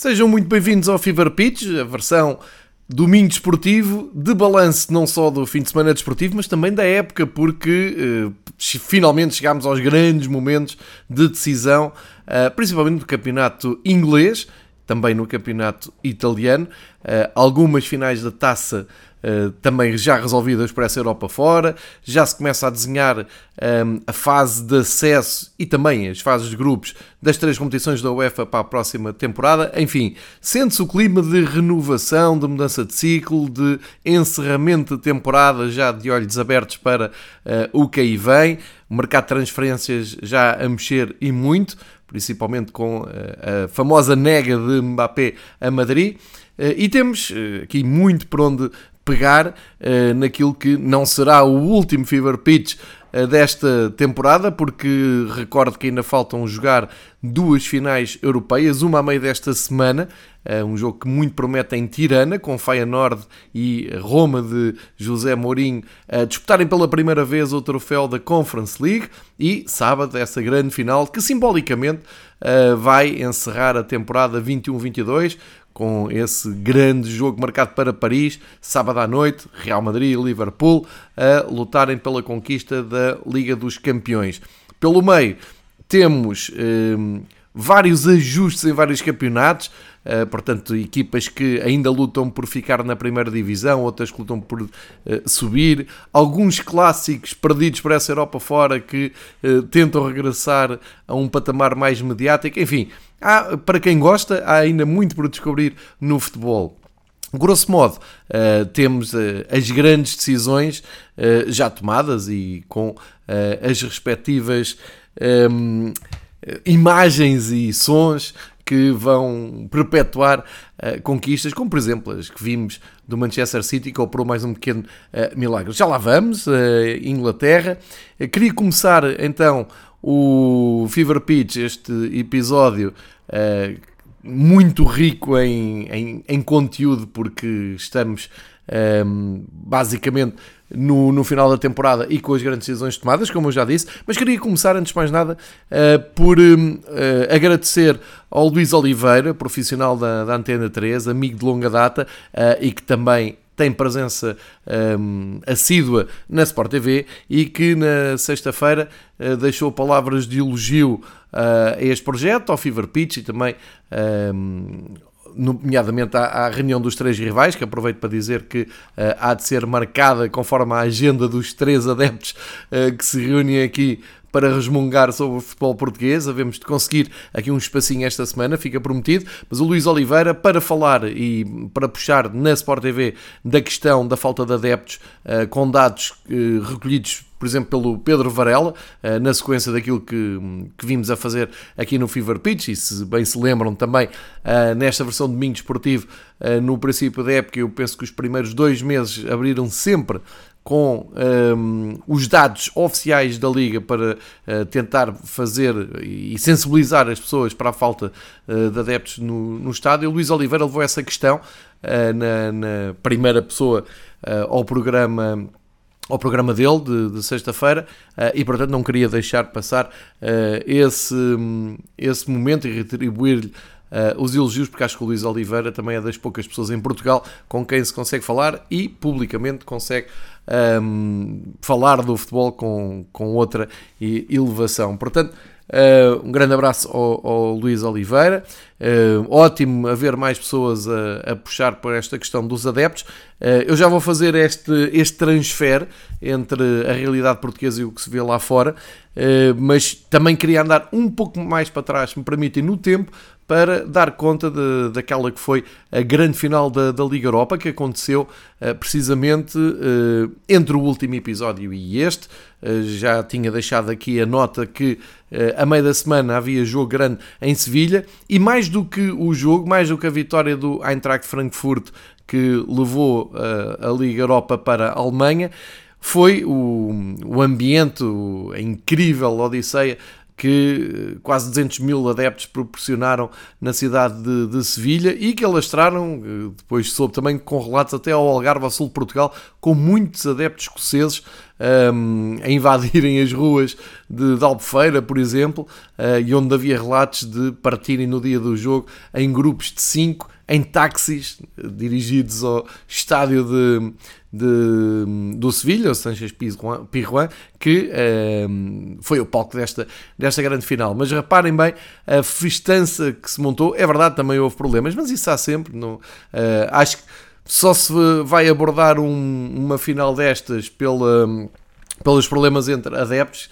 Sejam muito bem-vindos ao Fever Pitch, a versão domingo desportivo, de balanço não só do fim de semana desportivo, mas também da época, porque finalmente chegámos aos grandes momentos de decisão, principalmente no campeonato inglês, também no campeonato italiano, algumas finais da taça também já resolvidas por essa Europa fora, já se começa a desenhar a fase de acesso e também as fases de grupos das três competições da UEFA para a próxima temporada. Enfim, sente-se o clima de renovação, de mudança de ciclo, de encerramento de temporada já de olhos abertos para o que aí vem, o mercado de transferências já a mexer e muito, principalmente com a famosa nega de Mbappé a Madrid, e temos aqui muito por onde pegar naquilo que não será o último Fever Pitch desta temporada, porque recordo que ainda faltam jogar duas finais europeias, uma a meio desta semana, um jogo que muito promete em Tirana, com Feyenoord e Roma de José Mourinho a disputarem pela primeira vez o troféu da Conference League, e sábado essa grande final que simbolicamente vai encerrar a temporada 21-22 com esse grande jogo marcado para Paris, sábado à noite, Real Madrid e Liverpool a lutarem pela conquista da Liga dos Campeões. Pelo meio temos vários ajustes em vários campeonatos, portanto equipas que ainda lutam por ficar na primeira divisão, outras que lutam por subir, alguns clássicos perdidos por essa Europa fora que tentam regressar a um patamar mais mediático, enfim, para quem gosta, há ainda muito por descobrir no futebol. Grosso modo, temos as grandes decisões já tomadas e com as respectivas imagens e sons que vão perpetuar conquistas, como por exemplo as que vimos do Manchester City, que operou mais um pequeno milagre. Já lá vamos, Inglaterra. Queria começar então o Fever Pitch, este episódio muito rico em conteúdo, porque estamos basicamente no final da temporada e com as grandes decisões tomadas, como eu já disse, mas queria começar, antes de mais nada, por agradecer ao Luís Oliveira, profissional da Antena 3, amigo de longa data, e que também tem presença assídua na Sport TV, e que na sexta-feira deixou palavras de elogio a este projeto, ao Fever Pitch, e também nomeadamente à reunião dos três rivais, que aproveito para dizer que há de ser marcada conforme a agenda dos três adeptos que se reúnem aqui para resmungar sobre o futebol português. Havemos de conseguir aqui um espacinho esta semana, fica prometido, mas o Luís Oliveira, para falar e para puxar na Sport TV da questão da falta de adeptos, com dados recolhidos, por exemplo, pelo Pedro Varela, na sequência daquilo que vimos a fazer aqui no Fever Pitch, e se bem se lembram também, nesta versão de domingo desportivo, no princípio da época, eu penso que os primeiros 2 meses abriram sempre com os dados oficiais da Liga para tentar fazer e sensibilizar as pessoas para a falta de adeptos no estádio. O Luís Oliveira levou essa questão na primeira pessoa ao programa dele de sexta-feira, e portanto não queria deixar passar esse momento e retribuir-lhe os elogios, porque acho que o Luís Oliveira também é das poucas pessoas em Portugal com quem se consegue falar e publicamente consegue falar do futebol com outra elevação. Portanto, um grande abraço ao Luís Oliveira. Ótimo haver mais pessoas a puxar por esta questão dos adeptos. Eu já vou fazer este transfer entre a realidade portuguesa e o que se vê lá fora, mas também queria andar um pouco mais para trás, se me permitem, no tempo, para dar conta daquela que foi a grande final da Liga Europa, que aconteceu precisamente entre o último episódio e este. Já tinha deixado aqui a nota que a meio da semana havia jogo grande em Sevilha, e mais do que o jogo, mais do que a vitória do Eintracht Frankfurt, que levou a Liga Europa para a Alemanha, foi o ambiente, a incrível odisseia que quase 200 mil adeptos proporcionaram na cidade de Sevilha e que alastraram, depois soube também com relatos até ao Algarve, ao sul de Portugal, com muitos adeptos escoceses a invadirem as ruas de Albufeira, por exemplo, e onde havia relatos de partirem no dia do jogo em grupos de 5, em táxis dirigidos ao estádio do Sevilha, o Sánchez-Pizjuán, que foi o palco desta grande final. Mas reparem bem, a festança que se montou, é verdade, também houve problemas, mas isso há sempre. Não, acho que só se vai abordar uma final destas pelos problemas entre adeptos,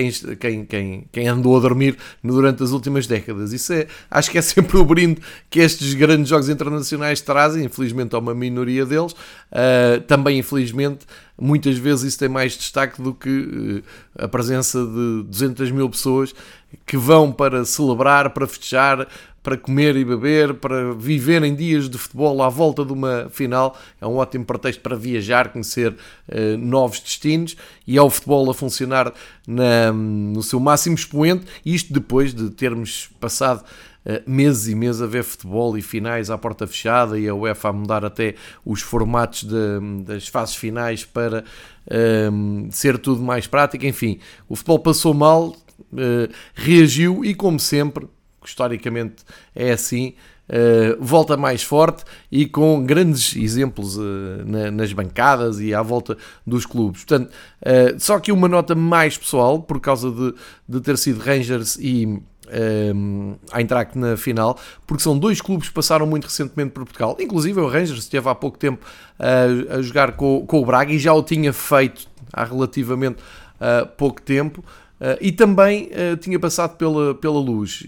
quem andou a dormir durante as últimas décadas. Isso acho que é sempre o brinde que estes grandes jogos internacionais trazem, infelizmente a uma minoria deles. Também, infelizmente, muitas vezes isso tem mais destaque do que a presença de 200 mil pessoas que vão para celebrar, para festejar, para comer e beber, para viver em dias de futebol à volta de uma final. É um ótimo pretexto para viajar, conhecer novos destinos, e é o futebol a funcionar no seu máximo expoente, e isto depois de termos passado meses e meses a ver futebol e finais à porta fechada, e a UEFA a mudar até os formatos das fases finais para ser tudo mais prático. Enfim, o futebol passou mal, reagiu e, como sempre, historicamente é assim, volta mais forte e com grandes exemplos nas bancadas e à volta dos clubes. Portanto, só que uma nota mais pessoal, por causa de ter sido Rangers e Eintracht na final, porque são dois clubes que passaram muito recentemente por Portugal. Inclusive o Rangers esteve há pouco tempo a jogar com o Braga e já o tinha feito há relativamente pouco tempo. E também tinha passado pela Luz.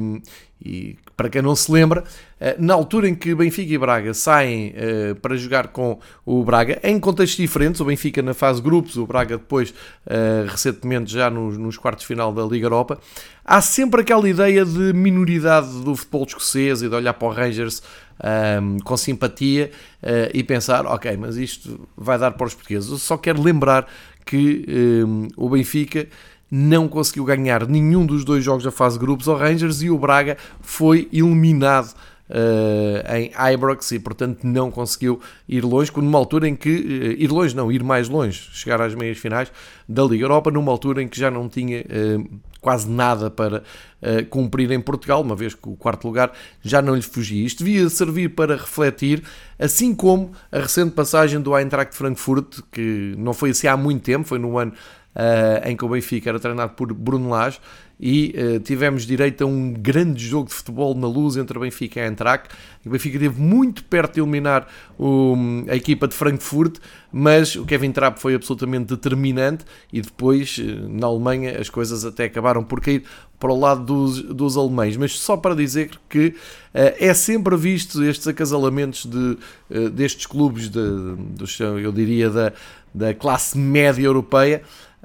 E para quem não se lembra, na altura em que Benfica e Braga saem para jogar com o Braga, em contextos diferentes, o Benfica na fase de grupos, o Braga depois, recentemente já nos quartos de final da Liga Europa, há sempre aquela ideia de minoridade do futebol escocês e de olhar para o Rangers com simpatia e pensar, ok, mas isto vai dar para os portugueses. Eu só quero lembrar que o Benfica não conseguiu ganhar nenhum dos dois jogos da fase de grupos ao Rangers e o Braga foi eliminado em Ibrox e, portanto, não conseguiu ir longe, numa altura em que, ir mais longe, chegar às meias finais da Liga Europa, numa altura em que já não tinha quase nada para cumprir em Portugal, uma vez que o quarto lugar já não lhe fugia. Isto devia servir para refletir, assim como a recente passagem do Eintracht Frankfurt, que não foi assim há muito tempo, foi no ano em que o Benfica era treinado por Bruno Lage, e tivemos direito a um grande jogo de futebol na Luz entre Benfica e Eintracht. O Benfica esteve muito perto de eliminar a equipa de Frankfurt, mas o Kevin Trapp foi absolutamente determinante e depois na Alemanha as coisas até acabaram por cair para o lado dos alemães. Mas só para dizer que é sempre visto estes acasalamentos destes clubes, eu diria da classe média europeia,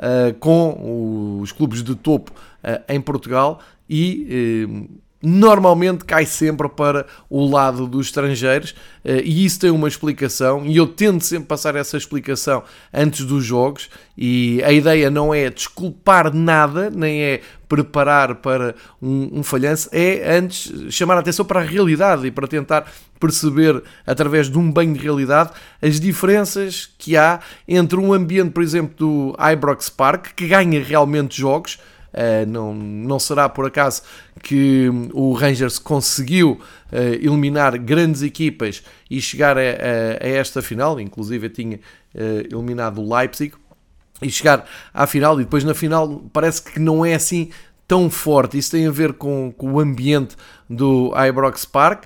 com os clubes de topo em Portugal, e normalmente cai sempre para o lado dos estrangeiros, e isso tem uma explicação, e eu tento sempre passar essa explicação antes dos jogos, e a ideia não é desculpar nada, nem é preparar para um falhanço, é antes chamar a atenção para a realidade e para tentar perceber, através de um banho de realidade, as diferenças que há entre um ambiente, por exemplo, do Ibrox Park, que ganha realmente jogos. Não será por acaso que o Rangers conseguiu eliminar grandes equipas e chegar a esta final, inclusive tinha eliminado o Leipzig, e chegar à final, e depois na final parece que não é assim tão forte. Isso tem a ver com o ambiente do Ibrox Park,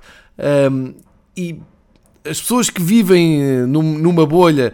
e as pessoas que vivem numa bolha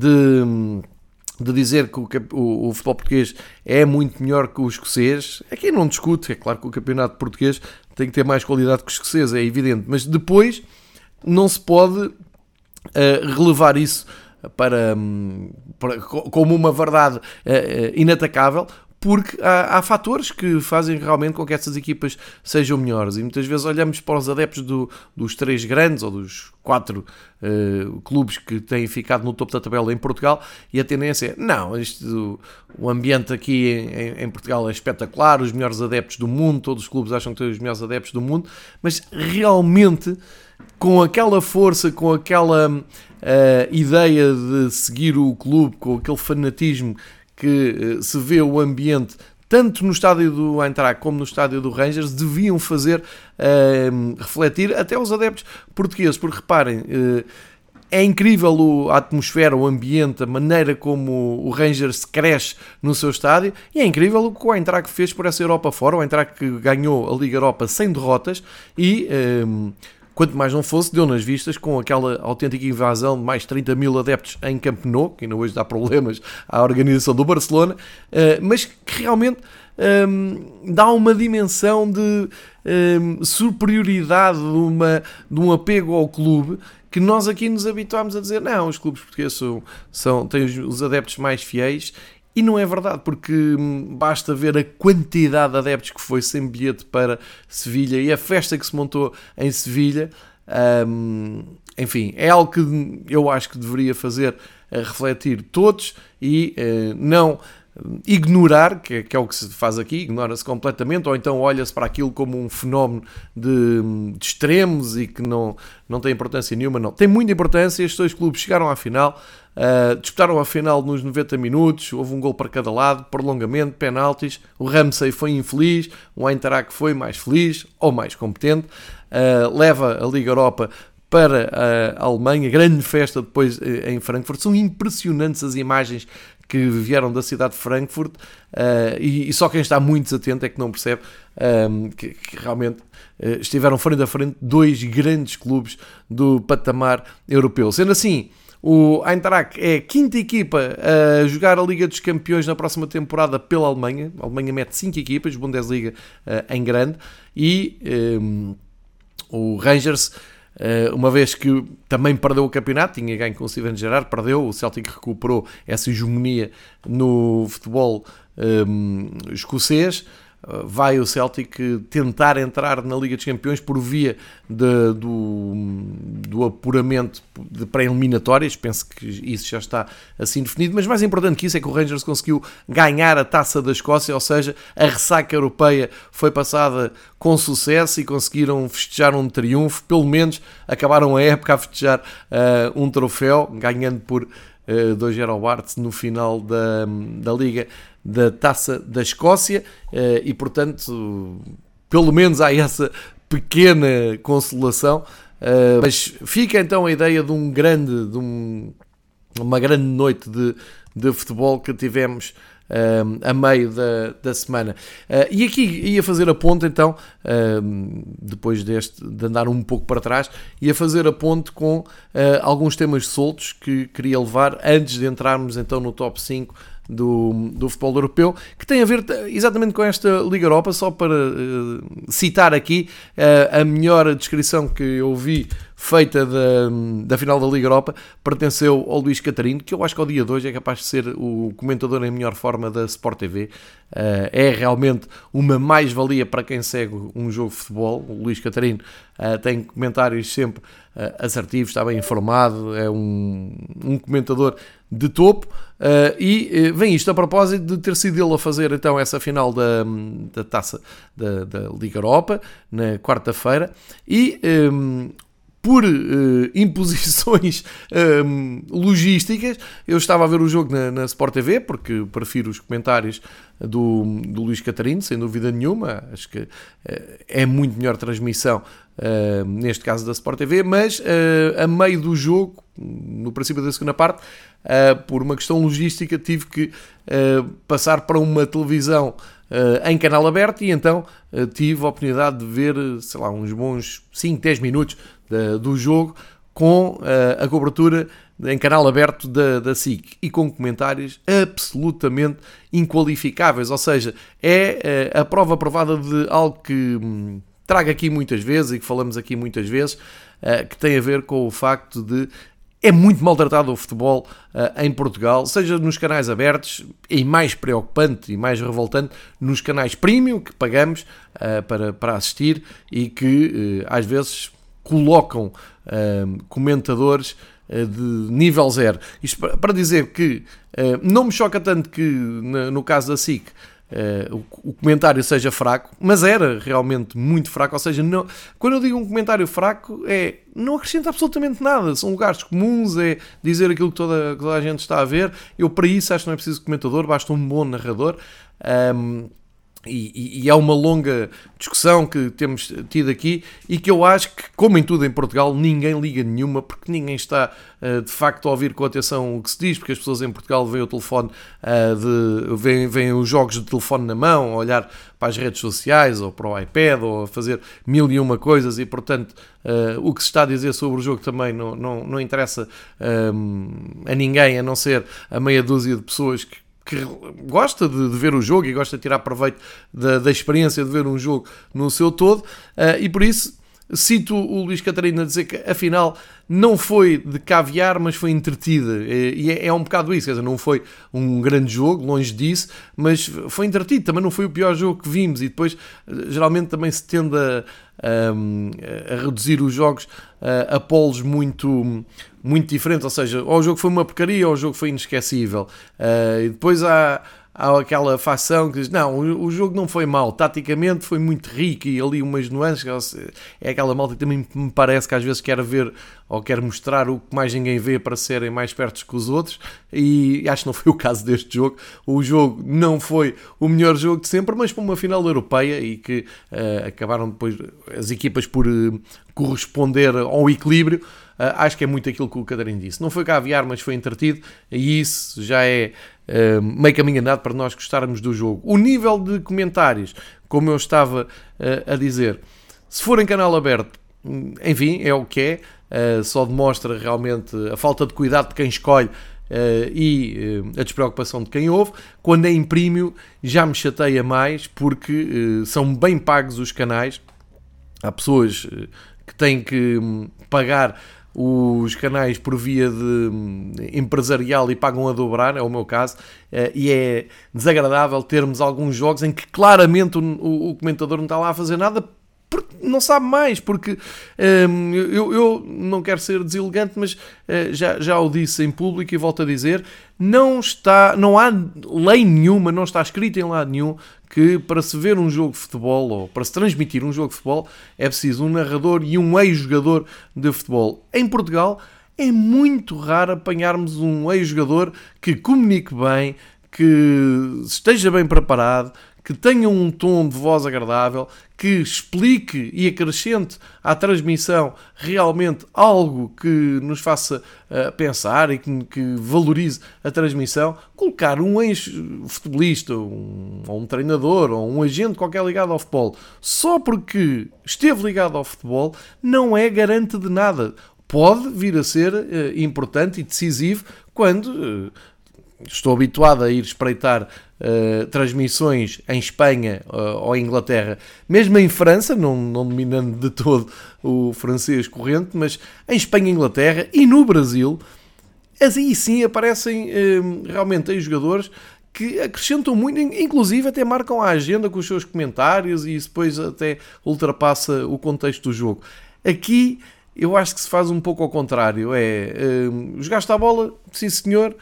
de dizer que o futebol português é muito melhor que o escocês, é quem não discute. É claro que o campeonato português tem que ter mais qualidade que o escocês, é evidente, mas depois não se pode relevar isso como uma verdade inatacável, porque há fatores que fazem realmente com que essas equipas sejam melhores, e muitas vezes olhamos para os adeptos dos 3 grandes ou dos 4 clubes que têm ficado no topo da tabela em Portugal, e a tendência é, não, o ambiente aqui em Portugal é espetacular, os melhores adeptos do mundo, todos os clubes acham que têm os melhores adeptos do mundo, mas realmente com aquela força, com aquela ideia de seguir o clube, com aquele fanatismo que se vê o ambiente tanto no estádio do Eintracht como no estádio do Rangers, deviam fazer refletir até os adeptos portugueses, porque reparem, é incrível a atmosfera, o ambiente, a maneira como o Rangers cresce no seu estádio, e é incrível o que o Eintracht fez por essa Europa fora. O Eintracht que ganhou a Liga Europa sem derrotas e... quanto mais não fosse, deu nas vistas com aquela autêntica invasão de mais 30 mil adeptos em Camp Nou, que ainda hoje dá problemas à organização do Barcelona, mas que realmente dá uma dimensão de superioridade, de um apego ao clube, que nós aqui nos habituámos a dizer, não, os clubes portugueses têm os adeptos mais fiéis. E não é verdade, porque basta ver a quantidade de adeptos que foi sem bilhete para Sevilha e a festa que se montou em Sevilha. Enfim, é algo que eu acho que deveria fazer refletir todos e não ignorar, que é o que se faz aqui, ignora-se completamente, ou então olha-se para aquilo como um fenómeno de extremos e que não tem importância nenhuma. Não, tem muita importância. Estes 2 clubes chegaram à final, disputaram a final nos 90 minutos, houve um gol para cada lado, prolongamento, penaltis, o Ramsey foi infeliz, o Eintracht foi mais feliz ou mais competente, leva a Liga Europa para a Alemanha, grande festa depois em Frankfurt. São impressionantes as imagens que vieram da cidade de Frankfurt, e só quem está muito desatento é que não percebe que realmente estiveram frente a frente 2 grandes clubes do patamar europeu. Sendo assim, o Eintracht é a 5ª equipa a jogar a Liga dos Campeões na próxima temporada pela Alemanha. A Alemanha mete 5 equipas, Bundesliga em grande, e o Rangers, uma vez que também perdeu o campeonato, tinha ganho com o Steven Gerrard, perdeu, o Celtic recuperou essa hegemonia no futebol escocês. Vai o Celtic tentar entrar na Liga dos Campeões por via do apuramento de pré-eliminatórias. Penso que isso já está assim definido, mas mais importante que isso é que o Rangers conseguiu ganhar a Taça da Escócia, ou seja, a ressaca europeia foi passada com sucesso e conseguiram festejar um triunfo. Pelo menos acabaram a época a festejar um troféu, ganhando por 2-0 ao Hearts no final da Liga da Taça da Escócia, e portanto pelo menos há essa pequena consolação, mas fica então a ideia de uma grande noite de futebol que tivemos a meio da semana. E aqui ia fazer a ponte então, depois de andar um pouco para trás, ia fazer a ponte com alguns temas soltos que queria levar antes de entrarmos então no top 5 do futebol europeu, que tem a ver exatamente com esta Liga Europa. Só para citar aqui a melhor descrição que eu vi feita da final da Liga Europa, pertenceu ao Luís Catarino, que eu acho que ao dia de hoje é capaz de ser o comentador em melhor forma da Sport TV. É realmente uma mais-valia para quem segue um jogo de futebol. O Luís Catarino tem comentários sempre assertivos, está bem informado, é um comentador de topo, e vem isto a propósito de ter sido ele a fazer então essa final da taça da Liga Europa na quarta-feira, e por imposições logísticas, eu estava a ver o jogo na Sport TV, porque prefiro os comentários do Luís Catarino, sem dúvida nenhuma. Acho que é muito melhor transmissão, neste caso da Sport TV, mas a meio do jogo, no princípio da segunda parte, por uma questão logística, tive que passar para uma televisão em canal aberto, e então tive a oportunidade de ver, sei lá, uns bons 5, 10 minutos do jogo com a cobertura em canal aberto da SIC e com comentários absolutamente inqualificáveis. Ou seja, é a prova provada de algo que trago aqui muitas vezes e que falamos aqui muitas vezes, que tem a ver com o facto de É muito maltratado o futebol em Portugal, seja nos canais abertos, e mais preocupante e mais revoltante, nos canais premium que pagamos para assistir e que às vezes colocam comentadores de nível zero. Isto para dizer que não me choca tanto que no caso da SIC o comentário seja fraco, mas era realmente muito fraco, ou seja, não, quando eu digo um comentário fraco, não acrescenta absolutamente nada, são lugares comuns, é dizer aquilo que toda a gente está a ver. Eu para isso acho que não é preciso comentador, basta um bom narrador. E é uma longa discussão que temos tido aqui e que eu acho que, como em tudo em Portugal, ninguém liga nenhuma, porque ninguém está de facto a ouvir com atenção o que se diz, porque as pessoas em Portugal veem o telefone, veem os jogos de telefone na mão, a olhar para as redes sociais ou para o iPad ou a fazer mil e uma coisas e, portanto, o que se está a dizer sobre o jogo também não interessa a ninguém, a não ser a meia dúzia de pessoas que gosta de ver o jogo e gosta de tirar proveito da experiência de ver um jogo no seu todo, e por isso cito o Luís Catarino a dizer que a final não foi de caviar, mas foi entretida, e é um bocado isso, quer dizer, não foi um grande jogo, longe disso, mas foi entretido, também não foi o pior jogo que vimos, e depois geralmente também se tende a reduzir os jogos a polos muito diferentes, ou seja, ou o jogo foi uma porcaria ou o jogo foi inesquecível, e depois há aquela facção que diz, não, o jogo não foi mau, taticamente foi muito rico e ali umas nuances, é aquela malta que também me parece que às vezes quer ver ou quer mostrar o que mais ninguém vê para serem mais perto que os outros, e acho que não foi o caso deste jogo. O jogo não foi o melhor jogo de sempre, mas para uma final europeia e que acabaram depois as equipas por corresponder ao equilíbrio. Acho que é muito aquilo que o Catarino disse. Não foi caviar, mas foi entretido, e isso já é meio caminho andado para nós gostarmos do jogo. O nível de comentários, como eu estava a dizer, se for em canal aberto, enfim, é o que é, só demonstra realmente a falta de cuidado de quem escolhe e a despreocupação de quem ouve. Quando é em premium já me chateia mais, porque são bem pagos os canais, há pessoas que têm que pagar os canais por via de empresarial e pagam a dobrar, é o meu caso, e é desagradável termos alguns jogos em que claramente o comentador não está lá a fazer nada porque não sabe mais, porque eu não quero ser deselegante, mas já o disse em público e volto a dizer, não há lei nenhuma, não está escrito em lado nenhum que para se ver um jogo de futebol ou para se transmitir um jogo de futebol é preciso um narrador e um ex-jogador de futebol. Em Portugal é muito raro apanharmos um ex-jogador que comunique bem, que esteja bem preparado, que tenha um tom de voz agradável, que explique e acrescente à transmissão realmente algo que nos faça pensar e que valorize a transmissão. Colocar um ex-futebolista, ou um treinador, ou um agente qualquer ligado ao futebol, só porque esteve ligado ao futebol, não é garante de nada. Pode vir a ser importante e decisivo quando... Estou habituado a ir espreitar transmissões em Espanha ou em Inglaterra, mesmo em França, não dominando de todo o francês corrente, mas em Espanha e Inglaterra e no Brasil, aí sim aparecem realmente aí jogadores que acrescentam muito, inclusive até marcam a agenda com os seus comentários e isso depois até ultrapassa o contexto do jogo. Aqui eu acho que se faz um pouco ao contrário, jogaste a bola, sim senhor,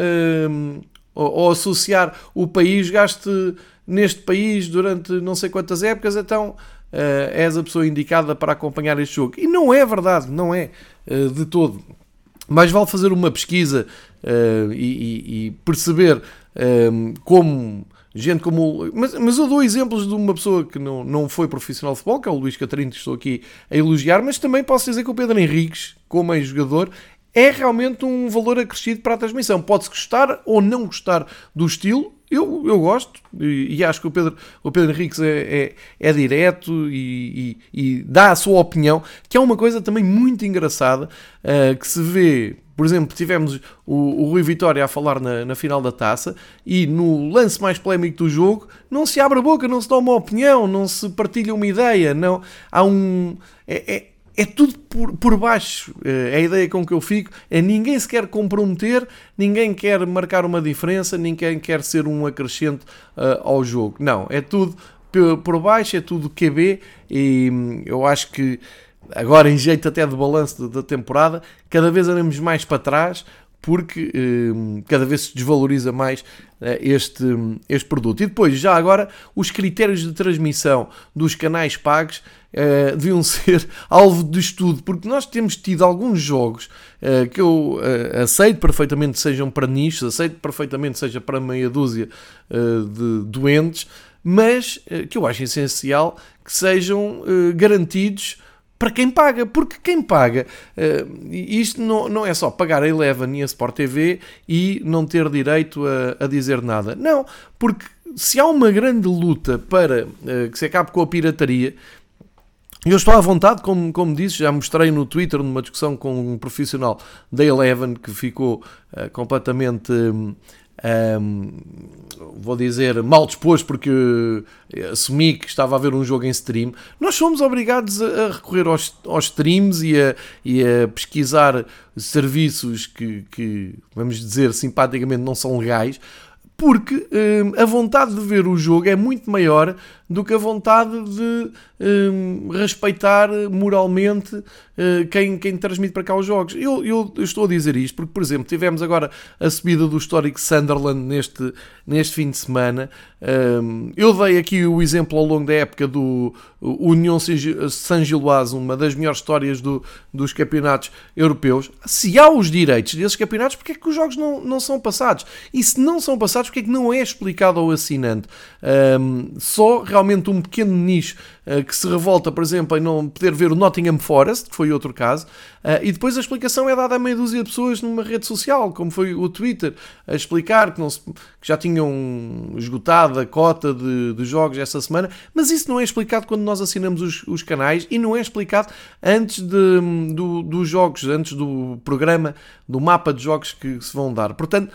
ou associar o país, jogaste neste país durante não sei quantas épocas, então és a pessoa indicada para acompanhar este jogo. E não é verdade, não é de todo. Mais vale fazer uma pesquisa e perceber como gente como... Mas eu dou exemplos de uma pessoa que não foi profissional de futebol, que é o Luís Catarino, que estou aqui a elogiar, mas também posso dizer que o Pedro Henriques, como ex-jogador, é realmente um valor acrescido para a transmissão. Pode-se gostar ou não gostar do estilo. Eu gosto e acho que o Pedro Henriques é direto e dá a sua opinião, que é uma coisa também muito engraçada, que se vê. Por exemplo, tivemos o Rui Vitória a falar na final da taça e no lance mais polémico do jogo não se abre a boca, não se dá uma opinião, não se partilha uma ideia, não há um... é tudo por baixo. A ideia com que eu fico é ninguém se quer comprometer, ninguém quer marcar uma diferença, ninguém quer ser um acrescente ao jogo. Não, é tudo por baixo, é tudo QB, e eu acho que agora, em jeito até de balanço da temporada, cada vez andamos mais para trás, porque cada vez se desvaloriza mais este produto. E depois, já agora, os critérios de transmissão dos canais pagos deviam ser alvo de estudo, porque nós temos tido alguns jogos que eu aceito perfeitamente sejam para nichos, aceito perfeitamente seja para meia dúzia de doentes, mas que eu acho essencial que sejam garantidos para quem paga, porque quem paga, isto não é só pagar a Eleven e a Sport TV e não ter direito a dizer nada. Não, porque se há uma grande luta para que se acabe com a pirataria, eu estou à vontade, como disse, já mostrei no Twitter numa discussão com um profissional da Eleven que ficou completamente... vou dizer mal disposto porque assumi que estava a ver um jogo em stream. Nós somos obrigados a recorrer aos streams e a pesquisar serviços que, vamos dizer simpaticamente, não são legais, porque a vontade de ver o jogo é muito maior do que a vontade de respeitar moralmente quem transmite para cá os jogos. Eu estou a dizer isto porque, por exemplo, tivemos agora a subida do histórico Sunderland neste fim de semana. Eu dei aqui o exemplo ao longo da época do União Saint-Gilloise, uma das melhores histórias dos campeonatos europeus. Se há os direitos desses campeonatos, porque é que os jogos não são passados? E se não são passados, porque é que não é explicado ao assinante? Só realmente um pequeno nicho que se revolta, por exemplo, em não poder ver o Nottingham Forest, que foi outro caso, e depois a explicação é dada a meia dúzia de pessoas numa rede social, como foi o Twitter, a explicar que já tinham esgotado a cota de jogos essa semana, mas isso não é explicado quando nós assinamos os canais e não é explicado antes dos jogos, antes do programa, do mapa de jogos que se vão dar. Portanto,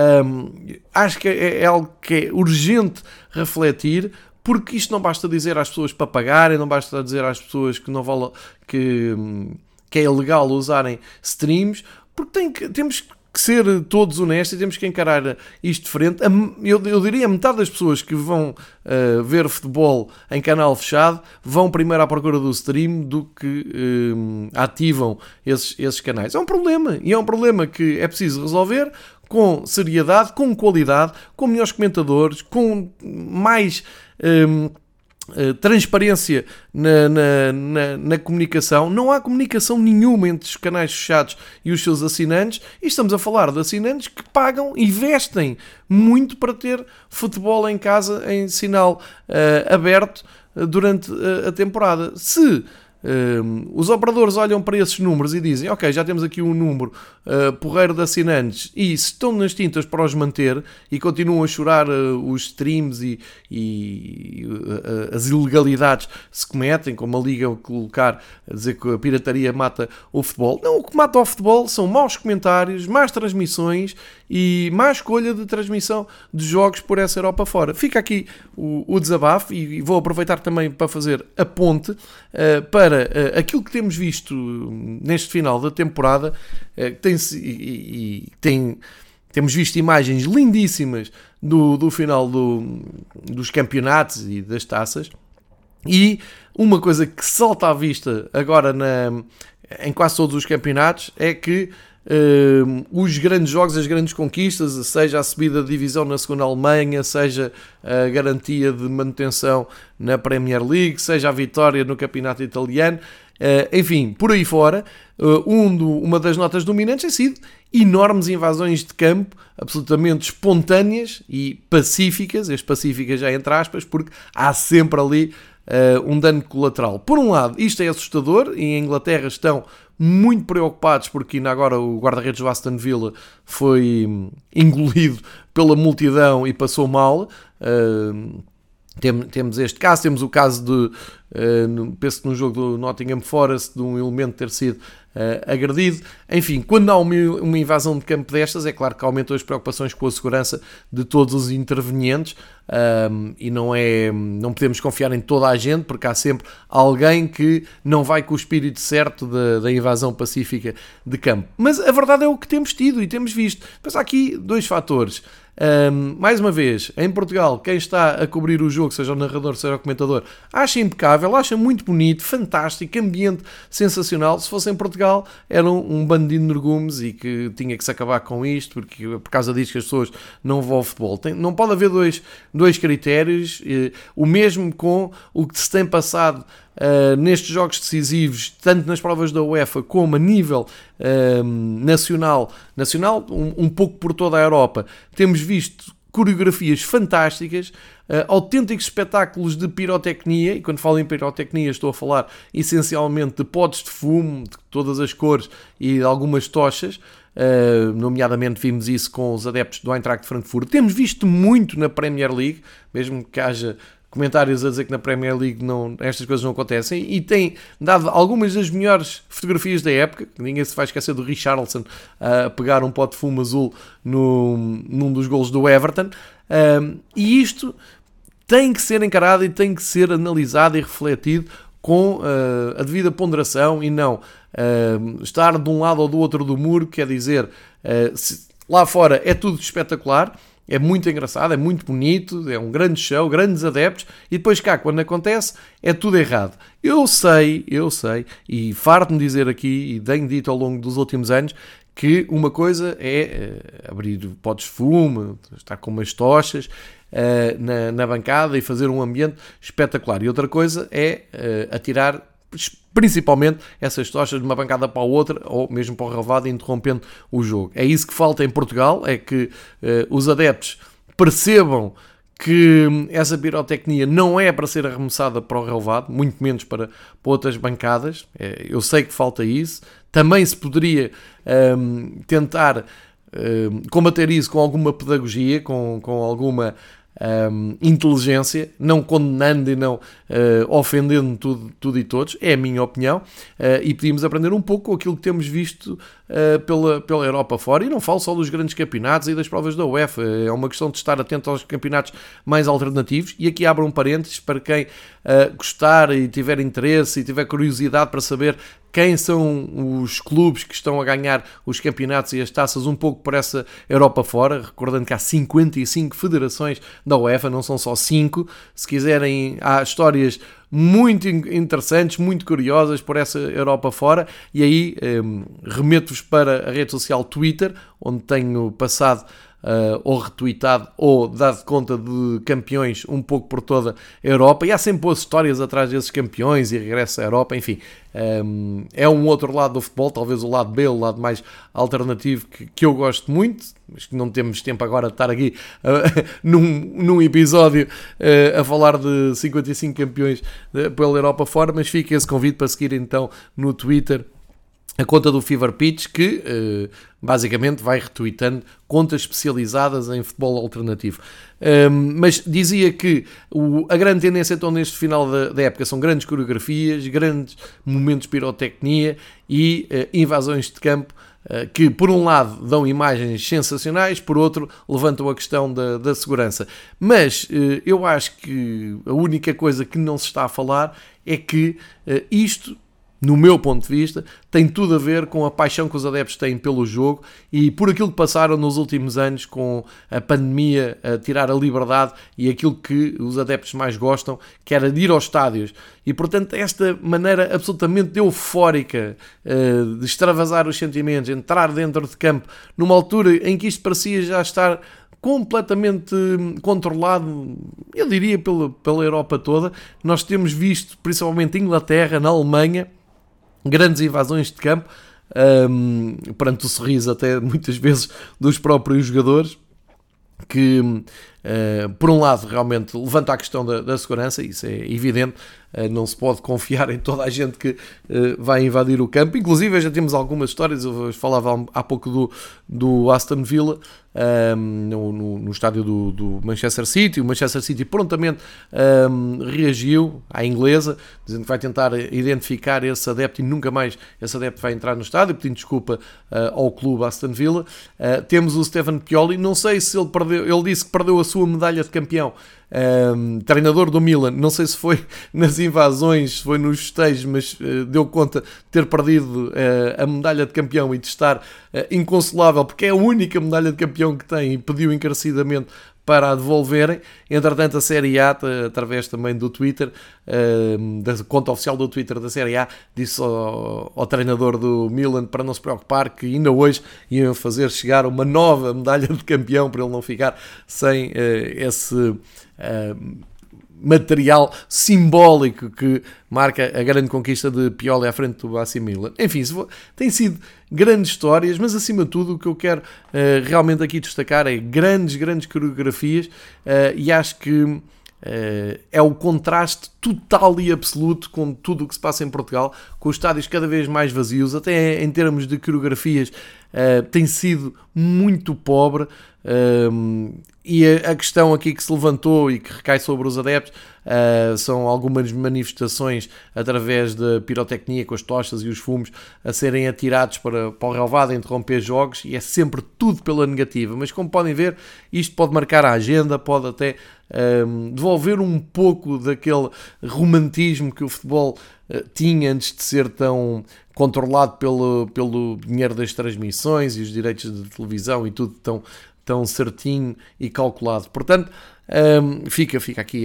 acho que é algo que é urgente refletir, porque isto não basta dizer às pessoas para pagarem, não basta dizer às pessoas que não vale, que é ilegal usarem streams, porque temos que ser todos honestos e temos que encarar isto de frente. Eu diria metade das pessoas que vão ver futebol em canal fechado vão primeiro à procura do stream do que ativam esses canais. É um problema, e é um problema que é preciso resolver com seriedade, com qualidade, com melhores comentadores, com mais transparência na comunicação. Não há comunicação nenhuma entre os canais fechados e os seus assinantes, e estamos a falar de assinantes que pagam, investem muito para ter futebol em casa em sinal aberto durante a temporada. Se os operadores olham para esses números e dizem: ok, já temos aqui um número porreiro de assinantes, e se estão nas tintas para os manter e continuam a chorar os streams e as ilegalidades se cometem, como a Liga colocar a dizer que a pirataria mata o futebol. Não, o que mata o futebol são maus comentários, más transmissões e má escolha de transmissão de jogos por essa Europa fora. Fica aqui o desabafo, e vou aproveitar também para fazer a ponte para aquilo que temos visto neste final da temporada. Temos visto imagens lindíssimas do final dos campeonatos e das taças, e uma coisa que salta à vista agora em quase todos os campeonatos é que os grandes jogos, as grandes conquistas, seja a subida de divisão na segunda Alemanha, seja a garantia de manutenção na Premier League, seja a vitória no campeonato italiano, enfim, por aí fora, uma das notas dominantes tem sido enormes invasões de campo, absolutamente espontâneas e pacíficas, as pacíficas já entre aspas, porque há sempre ali um dano colateral. Por um lado, isto é assustador, e em Inglaterra estão muito preocupados porque ainda agora o guarda-redes do Aston Villa foi engolido pela multidão e passou mal. Temos este caso, temos o caso penso que no jogo do Nottingham Forest, de um elemento ter sido agredido. Enfim, quando há uma invasão de campo destas, é claro que aumentam as preocupações com a segurança de todos os intervenientes, e não podemos confiar em toda a gente, porque há sempre alguém que não vai com o espírito certo da invasão pacífica de campo. Mas a verdade é o que temos tido e temos visto. Mas há aqui dois fatores. Mais uma vez, em Portugal, quem está a cobrir o jogo, seja o narrador, seja o comentador, acha impecável, acha muito bonito, fantástico, ambiente sensacional. Se fosse em Portugal, era um bando de energúmeos e que tinha que se acabar com isto, porque por causa disso que as pessoas não vão ao futebol. Não pode haver dois critérios, o mesmo com o que se tem passado nestes jogos decisivos, tanto nas provas da UEFA como a nível nacional, um pouco por toda a Europa. Temos visto coreografias fantásticas, autênticos espetáculos de pirotecnia, e quando falo em pirotecnia estou a falar essencialmente de potes de fumo, de todas as cores e de algumas tochas. Nomeadamente vimos isso com os adeptos do Eintracht de Frankfurt. Temos visto muito na Premier League, mesmo que haja comentários a dizer que na Premier League estas coisas não acontecem, e tem dado algumas das melhores fotografias da época. Ninguém se vai esquecer do Richarlison a pegar um pote de fumo azul num dos golos do Everton, e isto tem que ser encarado e tem que ser analisado e refletido com a devida ponderação, e não estar de um lado ou do outro do muro. Quer dizer, lá fora é tudo espetacular, é muito engraçado, é muito bonito, é um grande show, grandes adeptos, e depois cá, quando acontece, é tudo errado. Eu sei, e farto-me dizer aqui, e tenho dito ao longo dos últimos anos, que uma coisa é abrir potes de fumo, estar com umas tochas na bancada e fazer um ambiente espetacular. E outra coisa é atirar principalmente essas tochas de uma bancada para a outra, ou mesmo para o relvado, interrompendo o jogo. É isso que falta em Portugal, é que os adeptos percebam que essa pirotecnia não é para ser arremessada para o relvado, muito menos para outras bancadas. Eu sei que falta isso. Também se poderia tentar combater isso com alguma pedagogia, com alguma inteligência, não condenando e não ofendendo tudo e todos. É a minha opinião, e podíamos aprender um pouco com aquilo que temos visto pela Europa fora, e não falo só dos grandes campeonatos e das provas da UEFA. É uma questão de estar atento aos campeonatos mais alternativos, e aqui abro um parênteses para quem gostar e tiver interesse e tiver curiosidade para saber quem são os clubes que estão a ganhar os campeonatos e as taças um pouco por essa Europa fora, recordando que há 55 federações da UEFA, não são só 5. Se quiserem, há histórias muito interessantes, muito curiosas por essa Europa fora, e aí remeto-vos para a rede social Twitter, onde tenho passado ou retweetado ou dado conta de campeões um pouco por toda a Europa, e há sempre boas histórias atrás desses campeões e regresso à Europa. Enfim, é um outro lado do futebol, talvez o lado B, o lado mais alternativo, que eu gosto muito, mas que não temos tempo agora de estar aqui num episódio a falar de 55 campeões pela Europa fora. Mas fica esse convite para seguir então no Twitter a conta do Fever Pitch, que basicamente vai retweetando contas especializadas em futebol alternativo. Mas dizia que a grande tendência então neste final da época são grandes coreografias, grandes momentos de pirotecnia e invasões de campo, que por um lado dão imagens sensacionais, por outro levantam a questão da segurança. Mas eu acho que a única coisa que não se está a falar é que isto, no meu ponto de vista, tem tudo a ver com a paixão que os adeptos têm pelo jogo e por aquilo que passaram nos últimos anos com a pandemia a tirar a liberdade e aquilo que os adeptos mais gostam, que era de ir aos estádios. E, portanto, esta maneira absolutamente eufórica de extravasar os sentimentos, entrar dentro de campo, numa altura em que isto parecia já estar completamente controlado, eu diria, pela Europa toda. Nós temos visto, principalmente em Inglaterra, na Alemanha, grandes invasões de campo, perante o sorriso até muitas vezes dos próprios jogadores, que por um lado, realmente levanta a questão da segurança, isso é evidente. Não se pode confiar em toda a gente que vai invadir o campo. Inclusive, já temos algumas histórias. Eu falava há pouco do Aston Villa, no estádio do Manchester City. O Manchester City prontamente reagiu à inglesa, dizendo que vai tentar identificar esse adepto e nunca mais esse adepto vai entrar no estádio, pedindo desculpa ao clube Aston Villa. Temos o Stefano Pioli. Não sei se ele perdeu, ele disse que perdeu a sua medalha de campeão. Treinador do Milan, não sei se foi nas invasões, se foi nos festejos, mas deu conta de ter perdido a medalha de campeão e de estar inconsolável, porque é a única medalha de campeão que tem, e pediu encarecidamente para a devolverem. Entretanto, a Série A, através também do Twitter, da conta oficial do Twitter da Série A, disse ao treinador do Milan para não se preocupar, que ainda hoje iam fazer chegar uma nova medalha de campeão para ele não ficar sem esse material simbólico que marca a grande conquista de Pioli à frente do AC Milan. Enfim, tem sido grandes histórias, mas acima de tudo o que eu quero realmente aqui destacar é grandes coreografias, e acho que é o contraste total e absoluto com tudo o que se passa em Portugal, com os estádios cada vez mais vazios, até em termos de coreografias tem sido muito pobre. E a questão aqui que se levantou e que recai sobre os adeptos são algumas manifestações através da pirotecnia, com as tochas e os fumos a serem atirados para o relvado, a interromper jogos, e é sempre tudo pela negativa. Mas como podem ver, isto pode marcar a agenda, pode até devolver um pouco daquele romantismo que o futebol tinha antes de ser tão controlado pelo dinheiro das transmissões e os direitos de televisão e tudo tão certinho e calculado. Portanto, fica aqui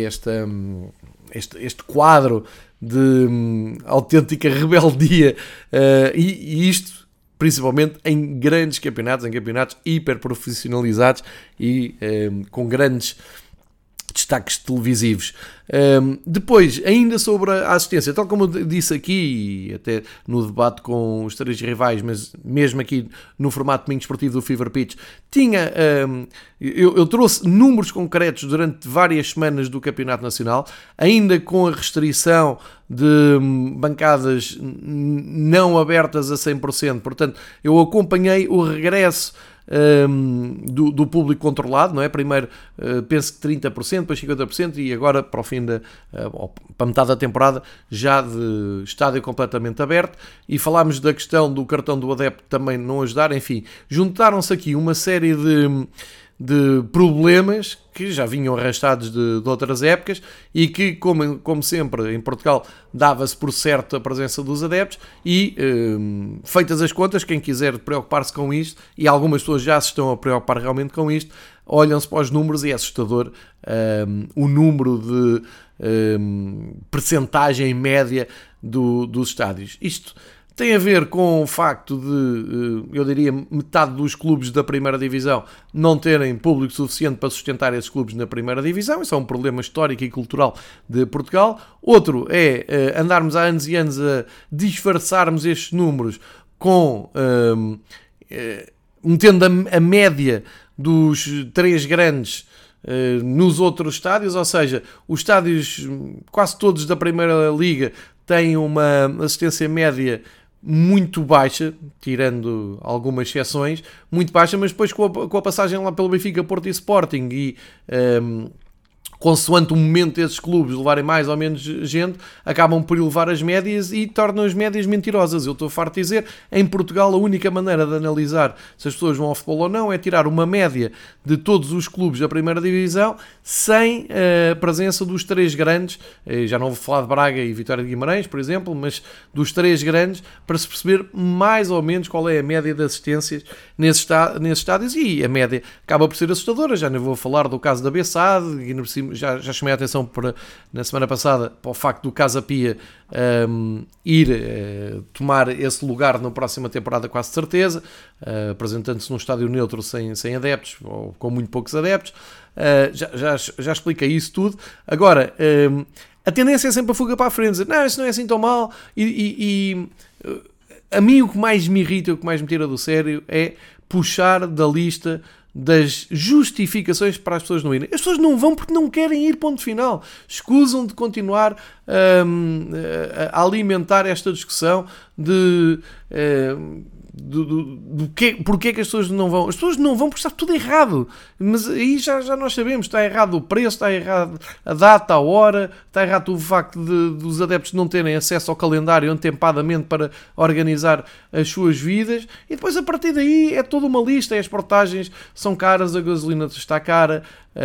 este quadro de autêntica rebeldia, e isto principalmente em grandes campeonatos, em campeonatos hiper profissionalizados e com grandes destaques televisivos. Depois, ainda sobre a assistência, tal como eu disse aqui, e até no debate com os três rivais, mas mesmo aqui no formato domingo esportivo do Fever Pitch, eu trouxe números concretos durante várias semanas do Campeonato Nacional, ainda com a restrição de bancadas não abertas a 100%, portanto, eu acompanhei o regresso do público controlado, não é? Primeiro penso que 30%, depois 50%, e agora para o fim para metade da temporada já de estádio completamente aberto. E falámos da questão do cartão do adepto também não ajudar. Enfim, juntaram-se aqui uma série de problemas que já vinham arrastados de outras épocas e que, como sempre em Portugal, dava-se por certo a presença dos adeptos, e feitas as contas, quem quiser preocupar-se com isto, e algumas pessoas já se estão a preocupar realmente com isto, olham-se para os números e é assustador o número de percentagem média dos estádios. Isto tem a ver com o facto de, eu diria, metade dos clubes da primeira divisão não terem público suficiente para sustentar esses clubes na primeira divisão. Isso é um problema histórico e cultural de Portugal. Outro é andarmos há anos e anos a disfarçarmos estes números com metendo a média dos três grandes nos outros estádios, ou seja, os estádios quase todos da Primeira Liga têm uma assistência média muito baixa, tirando algumas exceções, muito baixa, mas depois com a passagem lá pelo Benfica, Porto e Sporting, e consoante o momento desses clubes levarem mais ou menos gente, acabam por elevar as médias e tornam as médias mentirosas. Eu estou farto de dizer, em Portugal a única maneira de analisar se as pessoas vão ao futebol ou não é tirar uma média de todos os clubes da primeira divisão sem a presença dos três grandes. Já não vou falar de Braga e Vitória de Guimarães, por exemplo, mas dos três grandes, para se perceber mais ou menos qual é a média de assistências nesses estádios, e a média acaba por ser assustadora. Já não vou falar do caso da Bessade, e já chamei a atenção na semana passada para o facto do Casa Pia ir tomar esse lugar na próxima temporada, quase certeza, apresentando-se num estádio neutro sem adeptos, ou com muito poucos adeptos. Já expliquei isso tudo. Agora, a tendência é sempre a fuga para a frente, dizer, não, isso não é assim tão mal, e a mim o que mais me irrita, o que mais me tira do sério é puxar da lista das justificações para as pessoas não irem. As pessoas não vão porque não querem ir, ponto final. Escusam de continuar a alimentar esta discussão de porque é que as pessoas não vão. As pessoas não vão porque está tudo errado. Mas aí já nós sabemos, está errado o preço, está errado a data, a hora, está errado o facto dos adeptos não terem acesso ao calendário antempadamente para organizar as suas vidas, e depois a partir daí é toda uma lista, as portagens são caras, a gasolina está cara,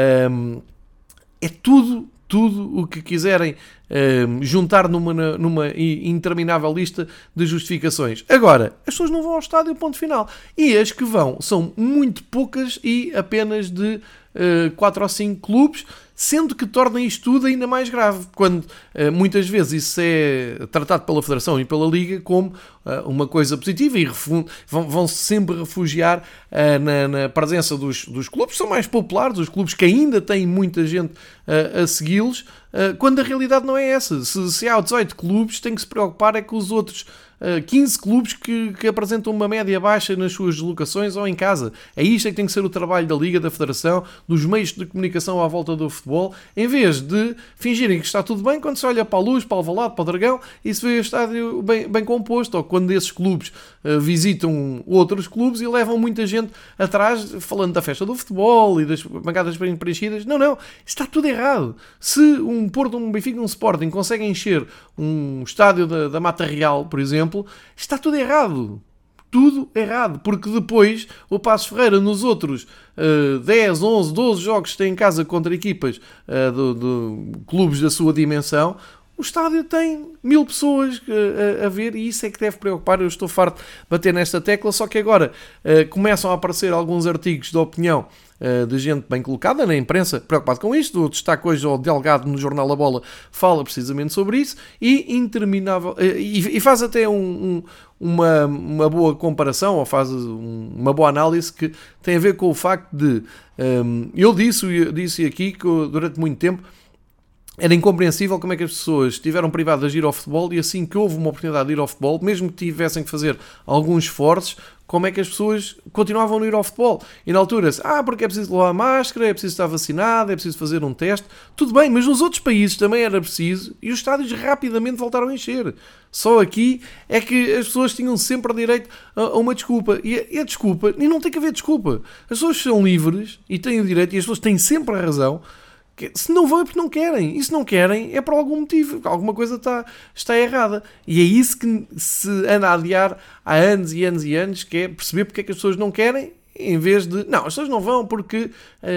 é tudo o que quiserem juntar numa interminável lista de justificações. Agora, as pessoas não vão ao estádio, ponto final. E as que vão são muito poucas e apenas de 4 ou 5 clubes, sendo que torna isto tudo ainda mais grave, quando muitas vezes isso é tratado pela Federação e pela Liga como uma coisa positiva, e vão sempre refugiar na presença dos clubes que são mais populares, os clubes que ainda têm muita gente a segui-los, quando a realidade não é essa. Se há 18 clubes, tem que se preocupar é com os outros 15 clubes que apresentam uma média baixa nas suas deslocações ou em casa. É isto que tem que ser o trabalho da Liga, da Federação, dos meios de comunicação à volta do futebol, em vez de fingirem que está tudo bem quando se olha para a Luz, para o Alvalade, para o Dragão e se vê o estádio bem composto, ou quando esses clubes visitam outros clubes e levam muita gente atrás falando da festa do futebol e das bancadas bem preenchidas. Não, está tudo errado. Se um Porto, um Benfica, um Sporting conseguem encher um estádio da Mata Real, por exemplo, está tudo errado. Tudo errado, porque depois o Passos Ferreira nos outros 10, 11, 12 jogos que tem em casa contra equipas de clubes da sua dimensão, o estádio tem 1000 pessoas a ver, e isso é que deve preocupar. Eu estou farto de bater nesta tecla, só que agora começam a aparecer alguns artigos de opinião de gente bem colocada na imprensa, preocupado com isto. O destaque hoje ao Delgado no jornal A Bola fala precisamente sobre isso, e interminável, e faz até uma boa comparação, ou faz uma boa análise que tem a ver com o facto de eu disse aqui que durante muito tempo era incompreensível como é que as pessoas estiveram privadas de ir ao futebol, e assim que houve uma oportunidade de ir ao futebol, mesmo que tivessem que fazer alguns esforços, como é que as pessoas continuavam a não ir ao futebol. E na altura, porque é preciso levar a máscara, é preciso estar vacinado, é preciso fazer um teste. Tudo bem, mas nos outros países também era preciso, e os estádios rapidamente voltaram a encher. Só aqui é que as pessoas tinham sempre direito a uma desculpa. E a desculpa, e não tem que haver desculpa. As pessoas são livres e têm o direito, e as pessoas têm sempre a razão. Se não vão é porque não querem. E se não querem é por algum motivo. Alguma coisa está errada. E é isso que se anda a adiar há anos e anos e anos, que é perceber porque é que as pessoas não querem, em vez de... Não, as pessoas não vão porque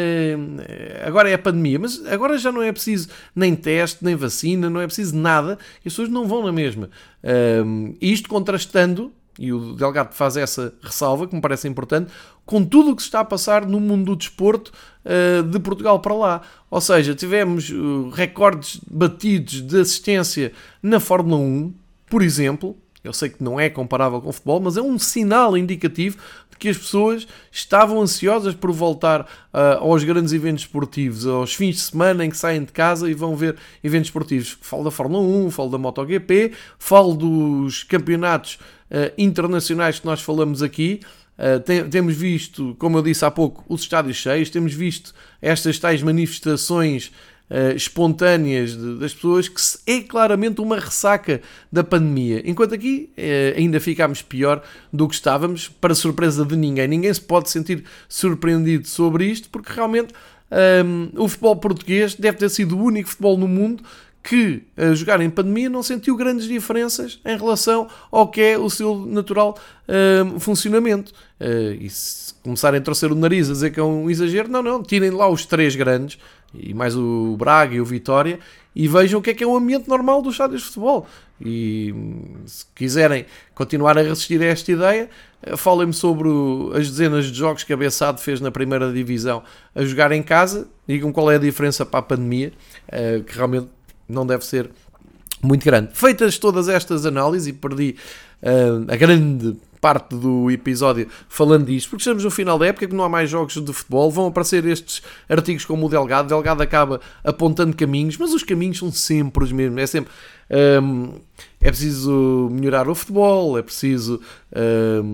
agora é a pandemia. Mas agora já não é preciso nem teste, nem vacina, não é preciso nada. E as pessoas não vão na mesma. Isto contrastando, e o Delgado faz essa ressalva, que me parece importante, com tudo o que se está a passar no mundo do desporto de Portugal para lá. Ou seja, tivemos recordes batidos de assistência na Fórmula 1, por exemplo. Eu sei que não é comparável com o futebol, mas é um sinal indicativo de que as pessoas estavam ansiosas por voltar aos grandes eventos esportivos, aos fins de semana em que saem de casa e vão ver eventos esportivos. Falo da Fórmula 1, falo da MotoGP, falo dos campeonatos internacionais que nós falamos aqui. Temos visto, como eu disse há pouco, os estádios cheios, temos visto estas tais manifestações espontâneas das pessoas, que é claramente uma ressaca da pandemia. Enquanto aqui ainda ficámos pior do que estávamos, para surpresa de ninguém. Ninguém se pode sentir surpreendido sobre isto, porque realmente o futebol português deve ter sido o único futebol no mundo que, a jogar em pandemia, não sentiu grandes diferenças em relação ao que é o seu natural funcionamento. E se começarem a torcer o nariz a dizer que é um exagero, não, tirem lá os 3 grandes, e mais o Braga e o Vitória, e vejam o que é um ambiente normal dos estádios de futebol. E se quiserem continuar a resistir a esta ideia, falem-me sobre as dezenas de jogos que a Bessade fez na primeira divisão a jogar em casa, digam qual é a diferença para a pandemia, que realmente não deve ser muito grande. Feitas todas estas análises, e perdi a grande parte do episódio falando disto, porque estamos no final da época, que não há mais jogos de futebol, vão aparecer estes artigos como o Delgado. O Delgado acaba apontando caminhos, mas os caminhos são sempre os mesmos. É sempre é preciso melhorar o futebol, é preciso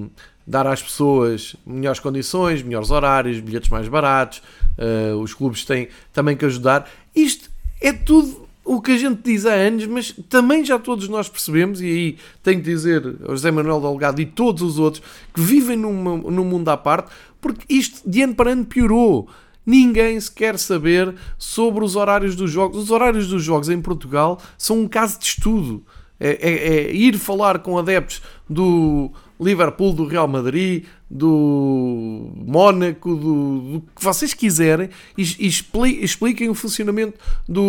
dar às pessoas melhores condições, melhores horários, bilhetes mais baratos, os clubes têm também que ajudar. Isto é tudo o que a gente diz há anos, mas também já todos nós percebemos, e aí tenho que dizer ao José Manuel Delgado e todos os outros que vivem num mundo à parte, porque isto de ano para ano piorou. Ninguém se quer saber sobre os horários dos jogos. Os horários dos jogos em Portugal são um caso de estudo. É ir falar com adeptos do Liverpool, do Real Madrid, do Mónaco, do que vocês quiserem, e expliquem o funcionamento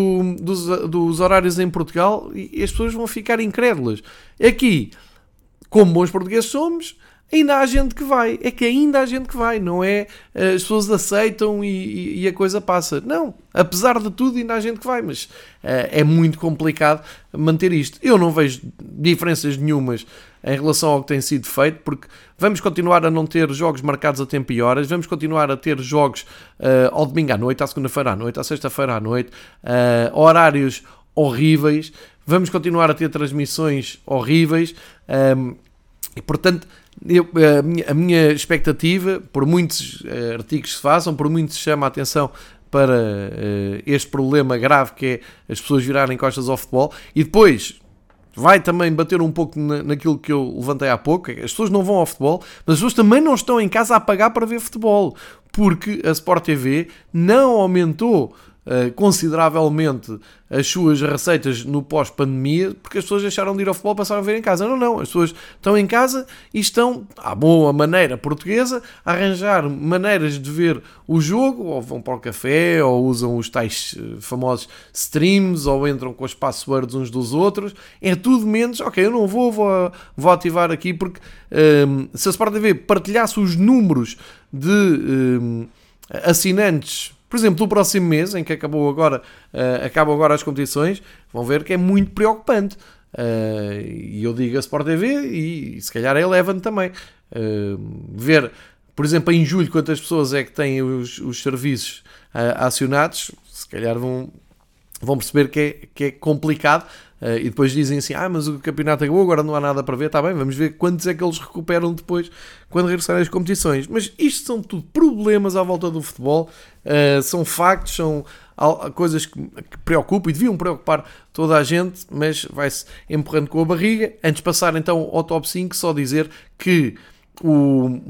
dos horários em Portugal, e as pessoas vão ficar incrédulas. Aqui, como bons portugueses somos, ainda há gente que vai. É que ainda há gente que vai, não é? As pessoas aceitam e a coisa passa. Não, apesar de tudo ainda há gente que vai, mas é muito complicado manter isto. Eu não vejo diferenças nenhumas em relação ao que tem sido feito, porque vamos continuar a não ter jogos marcados a tempo e horas, vamos continuar a ter jogos ao domingo à noite, à segunda-feira à noite, à sexta-feira à noite, horários horríveis, vamos continuar a ter transmissões horríveis, e portanto a minha expectativa, por muitos artigos que se façam, por muito se chama a atenção para este problema grave que é as pessoas virarem costas ao futebol, e depois vai também bater um pouco naquilo que eu levantei há pouco. As pessoas não vão ao futebol, mas as pessoas também não estão em casa a pagar para ver futebol, porque a Sport TV não aumentou consideravelmente as suas receitas no pós-pandemia, porque as pessoas deixaram de ir ao futebol e passaram a ver em casa. Não, as pessoas estão em casa e estão, à boa maneira portuguesa, a arranjar maneiras de ver o jogo, ou vão para o café, ou usam os tais famosos streams, ou entram com as passwords uns dos outros. É tudo menos, ok, eu não vou ativar aqui, porque se a Sport TV partilhasse os números de assinantes, por exemplo, do próximo mês, em que acabam agora as competições, vão ver que é muito preocupante. E eu digo a Sport TV e se calhar a Eleven também. Ver, por exemplo, em julho, quantas pessoas é que têm os serviços acionados, se calhar vão perceber que é complicado. E depois dizem assim, mas o campeonato acabou, agora não há nada para ver. Está bem, vamos ver quantos é que eles recuperam depois, quando regressarem às competições. Mas isto são tudo problemas à volta do futebol, são factos, são coisas que preocupam e deviam preocupar toda a gente, mas vai-se empurrando com a barriga. Antes de passar então ao top 5, só dizer que o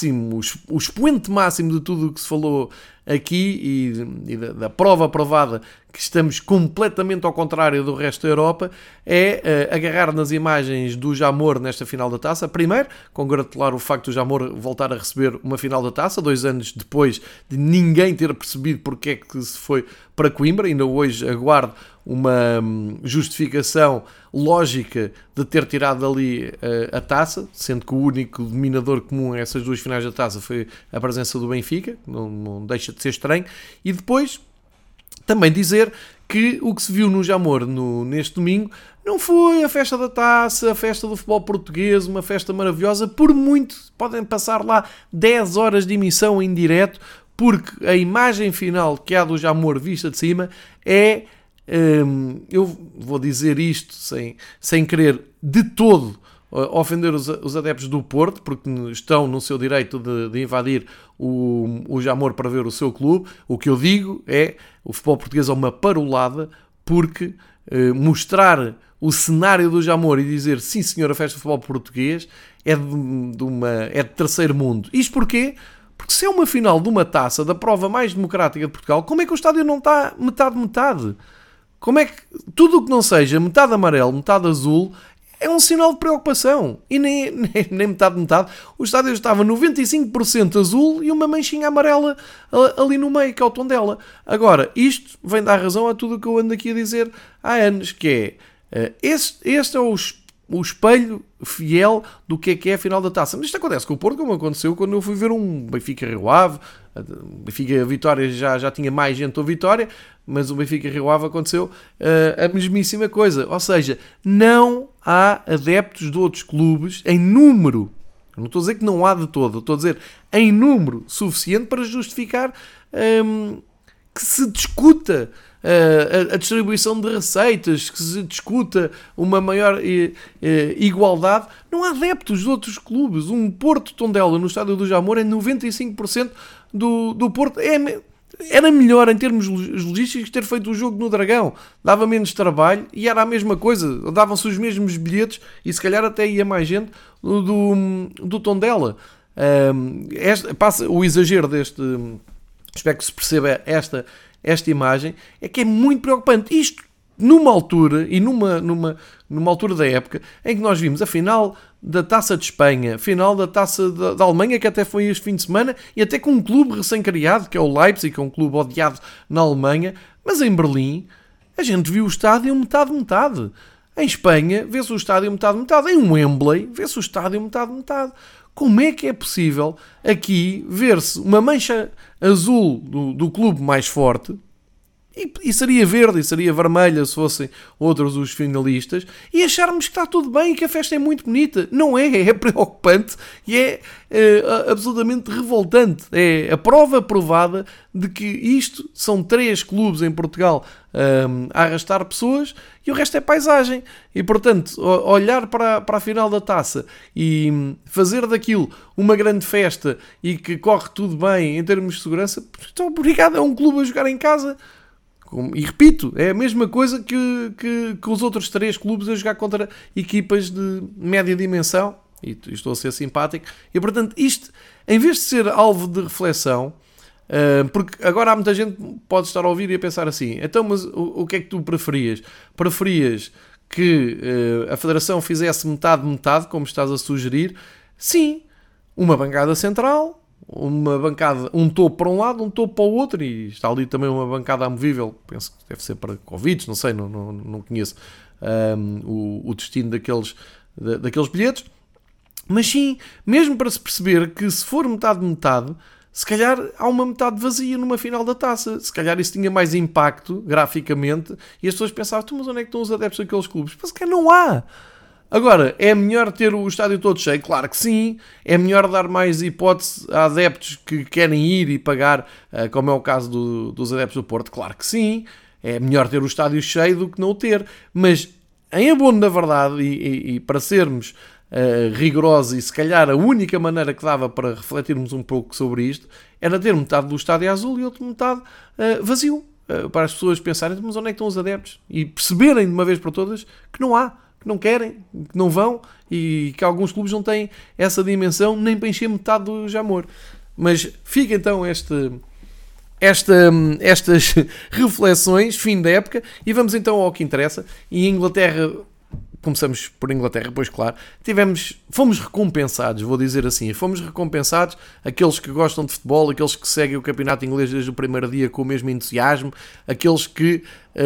expoente máximo de tudo o que se falou aqui e da prova aprovada que estamos completamente ao contrário do resto da Europa é agarrar nas imagens do Jamor nesta final da Taça. Primeiro, congratular o facto do Jamor voltar a receber uma final da Taça, 2 anos depois de ninguém ter percebido porque é que se foi para Coimbra. Ainda hoje aguardo uma justificação lógica de ter tirado ali a taça, sendo que o único dominador comum a essas 2 finais da Taça foi a presença do Benfica, não deixa de ser estranho. E depois também dizer que o que se viu no Jamor neste domingo não foi a festa da Taça, a festa do futebol português, uma festa maravilhosa. Por muito podem passar lá 10 horas de emissão em direto, porque a imagem final que há do Jamor vista de cima é, eu vou dizer isto sem querer de todo ofender os adeptos do Porto, porque estão no seu direito de invadir o Jamor para ver o seu clube. O que eu digo é, o futebol português é uma parolada, porque mostrar o cenário do Jamor e dizer, sim senhor, a festa do futebol português é de terceiro mundo. Isto porquê? Porque se é uma final de uma taça, da prova mais democrática de Portugal, como é que o estádio não está metade-metade? Como é que tudo o que não seja metade amarelo, metade azul, é um sinal de preocupação? E nem metade-metade. O estádio estava 95% azul e uma manchinha amarela ali no meio, que é o tom dela. Agora, isto vem dar razão a tudo o que eu ando aqui a dizer há anos, que é, este é o espelho fiel do que é a final da Taça. Mas isto acontece com o Porto, como aconteceu quando eu fui ver um Benfica-Rio Ave. O Benfica-Vitória já tinha mais gente ao Vitória, mas o Benfica-Rio Ave aconteceu a mesmíssima coisa. Ou seja, não há adeptos de outros clubes em número. Eu não estou a dizer que não há de todo, eu estou a dizer em número suficiente para justificar que se discuta a distribuição de receitas, que se discuta uma maior igualdade. Não há adeptos de outros clubes. Um Porto Tondela no Estádio do Jamor é 95% do Porto. Era melhor em termos logísticos ter feito o jogo no Dragão. Dava menos trabalho e era a mesma coisa. Davam-se os mesmos bilhetes e se calhar até ia mais gente do Tondela. Passa o exagero deste... Espero que se perceba esta imagem. É que é muito preocupante. Isto numa altura, e numa altura da época, em que nós vimos a final da Taça de Espanha, a final da Taça da Alemanha, que até foi este fim de semana, e até com um clube recém-criado, que é o Leipzig, que é um clube odiado na Alemanha, mas em Berlim, a gente viu o estádio metade-metade. Em Espanha, vê-se o estádio metade-metade. Em Wembley, vê-se o estádio metade-metade. Como é que é possível aqui ver-se uma mancha azul do clube mais forte, e seria verde e seria vermelha se fossem outros os finalistas, e acharmos que está tudo bem e que a festa é muito bonita? Não é preocupante e é absolutamente revoltante. É a prova provada de que isto são 3 clubes em Portugal a arrastar pessoas e o resto é paisagem. E portanto, olhar para a final da taça e fazer daquilo uma grande festa e que corre tudo bem em termos de segurança, então obrigado, é um clube a jogar em casa. E repito, é a mesma coisa que os outros 3 clubes a jogar contra equipas de média dimensão, e estou a ser simpático, e portanto isto, em vez de ser alvo de reflexão, porque agora há muita gente que pode estar a ouvir e a pensar assim, então mas o que é que tu preferias? Preferias que a Federação fizesse metade-metade, como estás a sugerir? Sim, uma bancada central, uma bancada, um topo para um lado, um topo para o outro, e está ali também uma bancada amovível, penso que deve ser para Covid, não sei, não conheço o destino daqueles bilhetes, mas sim, mesmo para se perceber que se for metade-metade, se calhar há uma metade vazia numa final da taça, se calhar isso tinha mais impacto graficamente, e as pessoas pensavam, mas onde é que estão os adeptos daqueles clubes? Mas se calhar não há. Agora, é melhor ter o estádio todo cheio? Claro que sim. É melhor dar mais hipótese a adeptos que querem ir e pagar, como é o caso dos adeptos do Porto? Claro que sim. É melhor ter o estádio cheio do que não o ter. Mas, em abono da verdade, e para sermos rigorosos, e se calhar a única maneira que dava para refletirmos um pouco sobre isto, era ter metade do estádio azul e outra metade vazio. Para as pessoas pensarem, mas onde é que estão os adeptos? E perceberem de uma vez por todas que não há, que não querem, que não vão, e que alguns clubes não têm essa dimensão nem para encher metade do Jamor. Mas fica então estas reflexões, fim da época, e vamos então ao que interessa. E em Inglaterra, começamos por Inglaterra, pois claro, fomos recompensados, vou dizer assim, fomos recompensados, aqueles que gostam de futebol, aqueles que seguem o campeonato inglês desde o primeiro dia com o mesmo entusiasmo, aqueles que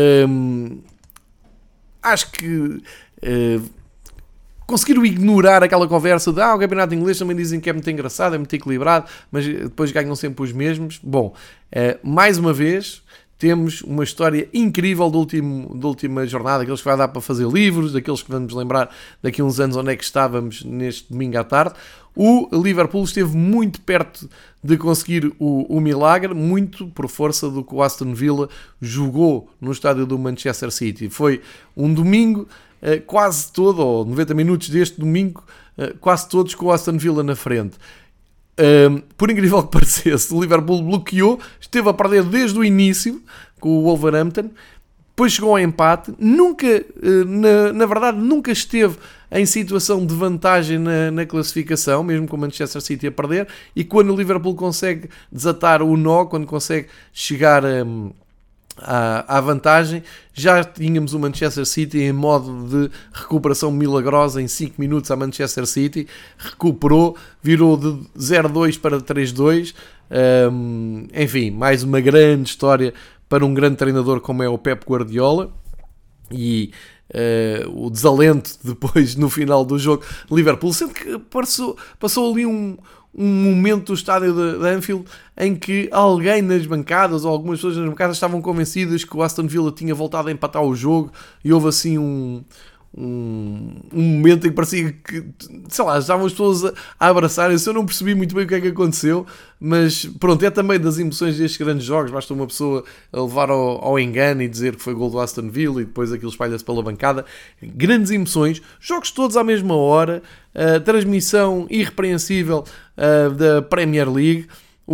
acho que conseguiram ignorar aquela conversa de o campeonato inglês também dizem que é muito engraçado, é muito equilibrado, mas depois ganham sempre os mesmos. Bom, mais uma vez temos uma história incrível da última jornada, aqueles que vai dar para fazer livros, daqueles que vamos lembrar daqui a uns anos onde é que estávamos neste domingo à tarde. O Liverpool esteve muito perto de conseguir o milagre, muito por força do que o Aston Villa jogou no estádio do Manchester City. Foi um domingo quase todo, ou 90 minutos deste domingo, quase todos com o Aston Villa na frente. Por incrível que parecesse, o Liverpool bloqueou, esteve a perder desde o início com o Wolverhampton, depois chegou ao empate, nunca, na verdade, nunca esteve em situação de vantagem na classificação, mesmo com o Manchester City a perder, e quando o Liverpool consegue desatar o nó, quando consegue chegar à vantagem, já tínhamos o Manchester City em modo de recuperação milagrosa em 5 minutos. A Manchester City recuperou, virou de 0-2 para 3-2. Enfim, mais uma grande história para um grande treinador como é o Pep Guardiola. E o desalento depois no final do jogo Liverpool, sendo que passou ali um momento do estádio de Anfield em que alguém nas bancadas, ou algumas pessoas nas bancadas, estavam convencidas que o Aston Villa tinha voltado a empatar o jogo, e houve assim um momento em que parecia que, sei lá, estavam as pessoas a abraçarem-se. Eu não percebi muito bem o que é que aconteceu, mas pronto, é também das emoções destes grandes jogos. Basta uma pessoa a levar ao engano e dizer que foi gol do Aston Villa e depois aquilo espalha-se pela bancada. Grandes emoções, jogos todos à mesma hora, transmissão irrepreensível da Premier League.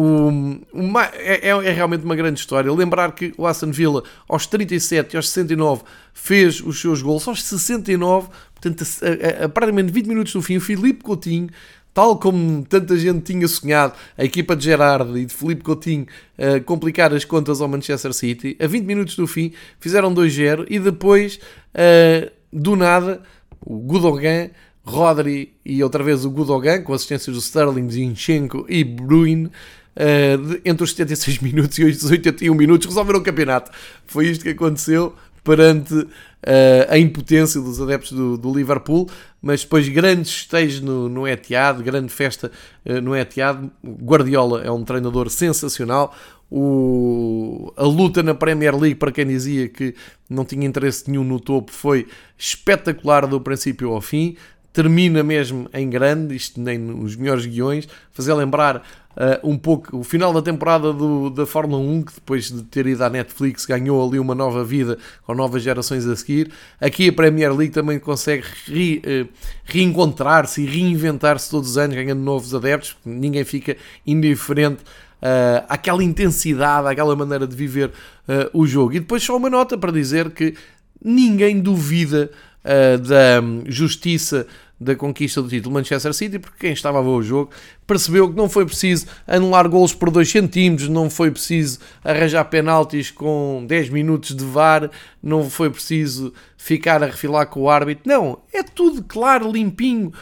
É realmente uma grande história. Lembrar que o Aston Villa aos 37 e aos 69 fez os seus gols, aos 69, portanto a praticamente 20 minutos do fim, o Philippe Coutinho, tal como tanta gente tinha sonhado, a equipa de Gerrard e de Philippe Coutinho complicar as contas ao Manchester City, a 20 minutos do fim fizeram 2-0 e depois do nada o Gundogan, Rodri e outra vez o Gundogan, com assistências do Sterling, Zinchenko e Bruin, entre os 76 minutos e os 81 minutos resolveram o campeonato. Foi isto que aconteceu perante a impotência dos adeptos do Liverpool, mas depois grandes festejos no Etihad, grande festa no Etihad. Guardiola é um treinador sensacional. A luta na Premier League, para quem dizia que não tinha interesse nenhum no topo, foi espetacular do princípio ao fim. Termina mesmo em grande, isto nem nos melhores guiões, fazer lembrar um pouco o final da temporada da Fórmula 1, que depois de ter ido à Netflix ganhou ali uma nova vida com novas gerações a seguir. Aqui a Premier League também consegue reencontrar-se e reinventar-se todos os anos, ganhando novos adeptos. Ninguém fica indiferente àquela intensidade, àquela maneira de viver o jogo. E depois só uma nota para dizer que ninguém duvida da justiça da conquista do título Manchester City, porque quem estava a ver o jogo percebeu que não foi preciso anular golos por 2 centímetros, não foi preciso arranjar penaltis com 10 minutos de VAR, não foi preciso ficar a refilar com o árbitro. Não, é tudo claro, limpinho.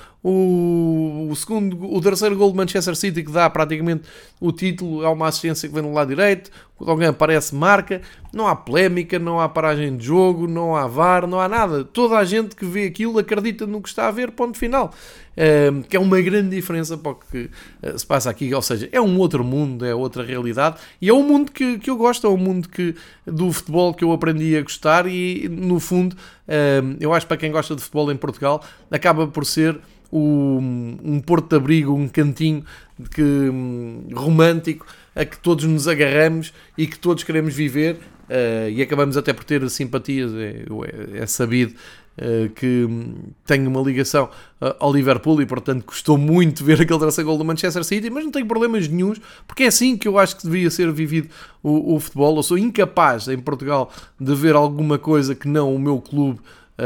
O terceiro gol de Manchester City, que dá praticamente o título, é uma assistência que vem do lado direito. O Gundogan aparece, marca. Não há polémica, não há paragem de jogo, não há VAR, não há nada. Toda a gente que vê aquilo acredita no que está a ver, ponto final. Que é uma grande diferença para o que se passa aqui. Ou seja, é um outro mundo, é outra realidade, e é um mundo que eu gosto, é um mundo do futebol que eu aprendi a gostar. E no fundo, eu acho que para quem gosta de futebol em Portugal, acaba por ser um porto de abrigo, um cantinho romântico a que todos nos agarramos e que todos queremos viver, e acabamos até por ter simpatias. É sabido que tenho uma ligação ao Liverpool e portanto gostou muito de ver aquele terceiro gol do Manchester City, mas não tenho problemas nenhuns, porque é assim que eu acho que devia ser vivido o futebol. Eu sou incapaz em Portugal de ver alguma coisa que não o meu clube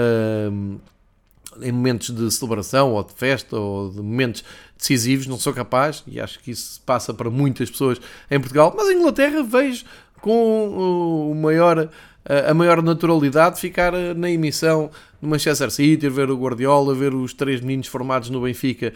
em momentos de celebração ou de festa ou de momentos decisivos. Não sou capaz, e acho que isso passa para muitas pessoas em Portugal, mas em Inglaterra vejo com a maior naturalidade ficar na emissão do Manchester City, ver o Guardiola, ver os 3 meninos formados no Benfica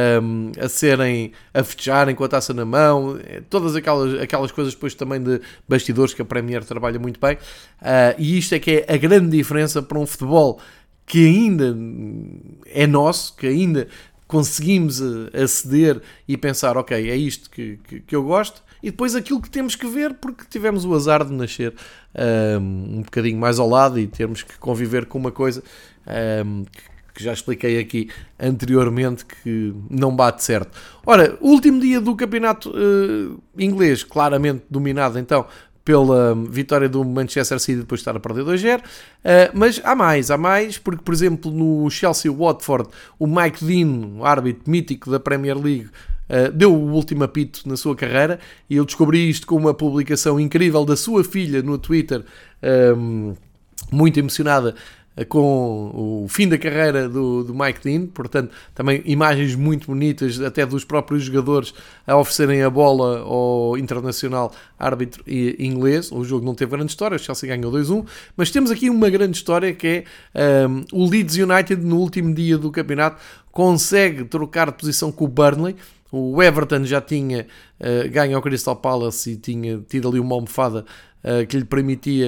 a festejarem com a taça na mão, todas aquelas coisas depois também de bastidores que a Premier trabalha muito bem, e isto é que é a grande diferença para um futebol que ainda é nosso, que ainda conseguimos aceder e pensar, ok, é isto que eu gosto, e depois aquilo que temos que ver, porque tivemos o azar de nascer um bocadinho mais ao lado e termos que conviver com uma coisa que já expliquei aqui anteriormente, que não bate certo. Ora, o último dia do campeonato inglês, claramente dominado então pela vitória do Manchester City depois de estar a perder 2-0, mas há mais, porque por exemplo no Chelsea-Watford o Mike Dean, o árbitro mítico da Premier League, deu o último apito na sua carreira, e eu descobri isto com uma publicação incrível da sua filha no Twitter, muito emocionada com o fim da carreira do Mike Dean. Portanto, também imagens muito bonitas até dos próprios jogadores a oferecerem a bola ao internacional árbitro inglês. O jogo não teve grande história, o Chelsea ganhou 2-1, mas temos aqui uma grande história, que é o Leeds United no último dia do campeonato consegue trocar de posição com o Burnley. O Everton já tinha ganho ao Crystal Palace e tinha tido ali uma almofada que lhe permitia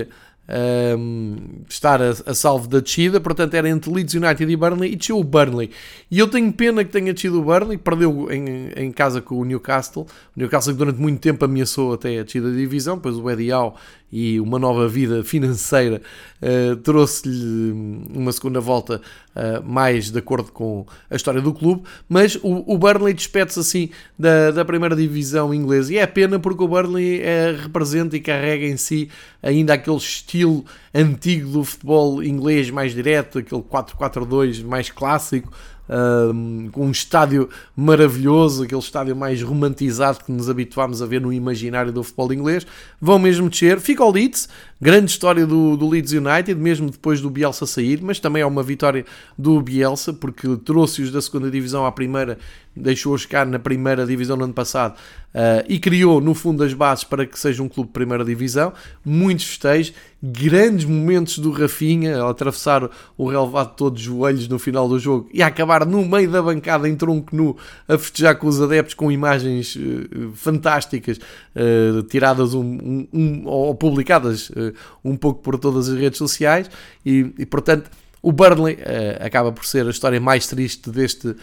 estar a salvo da descida, portanto era entre Leeds United e Burnley, e desceu o Burnley. E eu tenho pena que tenha descido o Burnley, perdeu em casa com o Newcastle que durante muito tempo ameaçou até a descida da divisão, depois o Eddie Howe e uma nova vida financeira trouxe-lhe uma segunda volta mais de acordo com a história do clube, mas o Burnley despede-se assim da primeira divisão inglesa, e é pena porque o Burnley representa e carrega em si ainda aquele estilo antigo do futebol inglês mais direto, aquele 4-4-2 mais clássico, com um estádio maravilhoso, aquele estádio mais romantizado que nos habituámos a ver no imaginário do futebol inglês. Vão mesmo descer, fica o Leeds, grande história do Leeds United, mesmo depois do Bielsa sair, mas também é uma vitória do Bielsa, porque trouxe-os da segunda divisão à primeira, deixou-os cá na primeira divisão no ano passado, e criou no fundo as bases para que seja um clube de primeira divisão. Muitos festejos, grandes momentos do Rafinha a atravessar o relevado todo de joelhos no final do jogo e a acabar no meio da bancada em tronco nu a festejar com os adeptos, com imagens fantásticas, tiradas ou publicadas um pouco por todas as redes sociais, e portanto o Burnley acaba por ser a história mais triste deste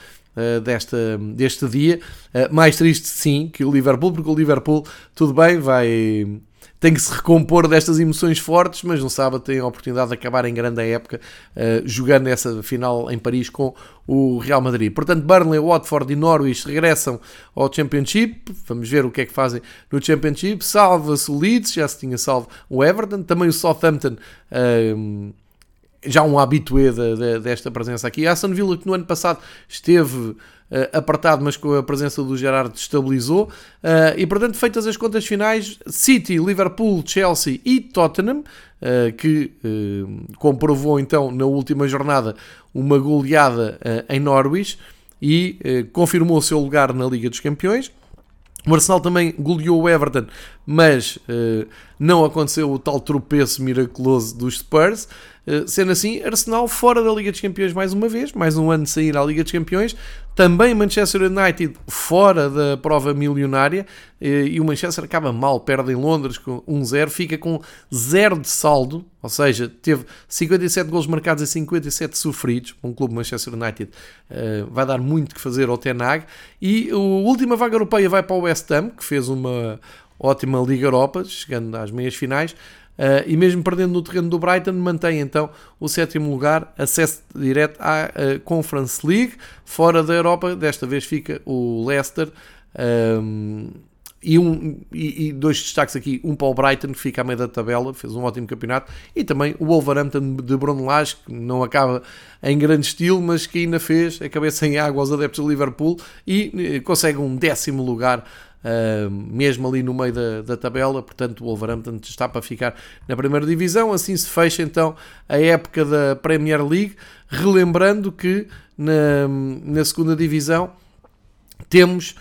dia, mais triste sim que o Liverpool, porque o Liverpool, tudo bem, tem que se recompor destas emoções fortes, mas no sábado tem a oportunidade de acabar em grande época, jogando essa final em Paris com o Real Madrid. Portanto, Burnley, Watford e Norwich regressam ao Championship. Vamos ver o que é que fazem no Championship. Salva-se o Leeds, já se tinha salvo o Everton, também o Southampton, já um habitué desta presença aqui. A Aston Villa, que no ano passado esteve apertado, mas com a presença do Gerrard estabilizou, e portanto, feitas as contas finais, City, Liverpool, Chelsea e Tottenham, que comprovou então na última jornada uma goleada em Norwich e confirmou o seu lugar na Liga dos Campeões. O Arsenal também goleou o Everton, mas não aconteceu o tal tropeço miraculoso dos Spurs. Sendo assim, Arsenal fora da Liga dos Campeões mais uma vez, mais um ano de sair à Liga dos Campeões. Também Manchester United fora da prova milionária, e o Manchester acaba mal, perde em Londres com 1-0, fica com 0 de saldo, ou seja, teve 57 golos marcados e 57 sofridos. Um clube Manchester United vai dar muito que fazer ao Ten Hag. E a última vaga europeia vai para o West Ham, que fez uma ótima Liga Europa, chegando às meias finais. E mesmo perdendo no terreno do Brighton, mantém então o 7º lugar, acesso direto à Conference League. Fora da Europa, desta vez fica o Leicester, e dois destaques aqui, um para o Brighton, que fica à meio da tabela, fez um ótimo campeonato, e também o Wolverhampton de Bruno Lage, que não acaba em grande estilo, mas que ainda fez a cabeça em água aos adeptos do Liverpool e consegue um 10º lugar, mesmo ali no meio da tabela. Portanto, o Wolverhampton está para ficar na primeira divisão. Assim se fecha então a época da Premier League, relembrando que na segunda divisão temos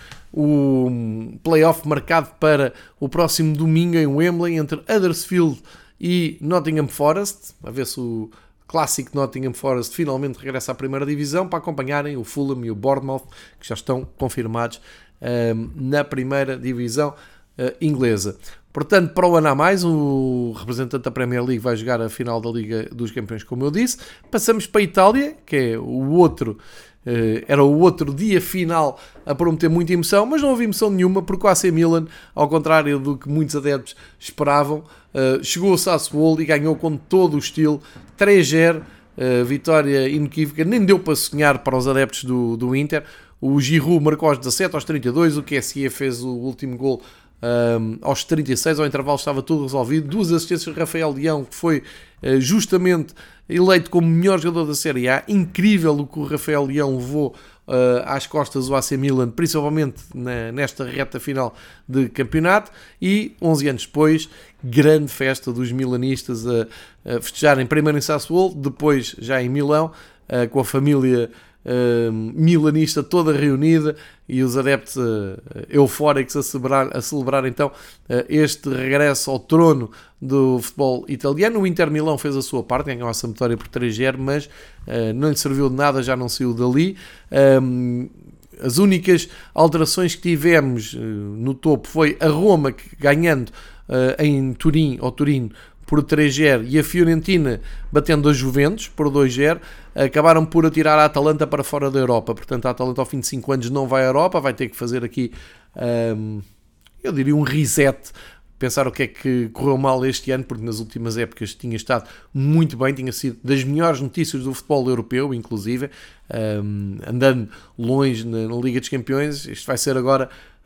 o play-off marcado para o próximo domingo em Wembley, entre Huddersfield e Nottingham Forest, a ver se o clássico Nottingham Forest finalmente regressa à primeira divisão, para acompanharem o Fulham e o Bournemouth, que já estão confirmados na primeira divisão inglesa. Portanto, para o ano a mais, o representante da Premier League vai jogar a final da Liga dos Campeões, como eu disse. Passamos para a Itália, que é era o outro dia final a prometer muita emoção, mas não houve emoção nenhuma, porque o AC Milan, ao contrário do que muitos adeptos esperavam, chegou ao Sassuolo e ganhou com todo o estilo, 3-0, vitória inequívoca, nem deu para sonhar para os adeptos do Inter. O Giroud marcou aos 17, aos 32, o QSI fez o último gol aos 36, ao intervalo estava tudo resolvido. 2 assistências de Rafael Leão, que foi justamente eleito como melhor jogador da Série A. Incrível o que o Rafael Leão levou às costas do AC Milan, principalmente nesta reta final de campeonato. E 11 anos depois, grande festa dos milanistas a festejarem primeiro em Sassuolo, depois já em Milão, com a família milanista toda reunida e os adeptos eufóricos a celebrar então este regresso ao trono do futebol italiano. O Inter Milão fez a sua parte, ganhou a Sampdoria por 3-0, mas não lhe serviu de nada, já não saiu dali. As únicas alterações que tivemos no topo foi a Roma, que ganhando em Turim, por 3-0 e a Fiorentina batendo a Juventus por 2-0, acabaram por atirar a Atalanta para fora da Europa. Portanto, a Atalanta ao fim de 5 anos não vai à Europa, vai ter que fazer aqui, eu diria, um reset, pensar o que é que correu mal este ano, porque nas últimas épocas tinha estado muito bem, tinha sido das melhores notícias do futebol europeu, inclusive, andando longe na Liga dos Campeões. Isto vai ser agora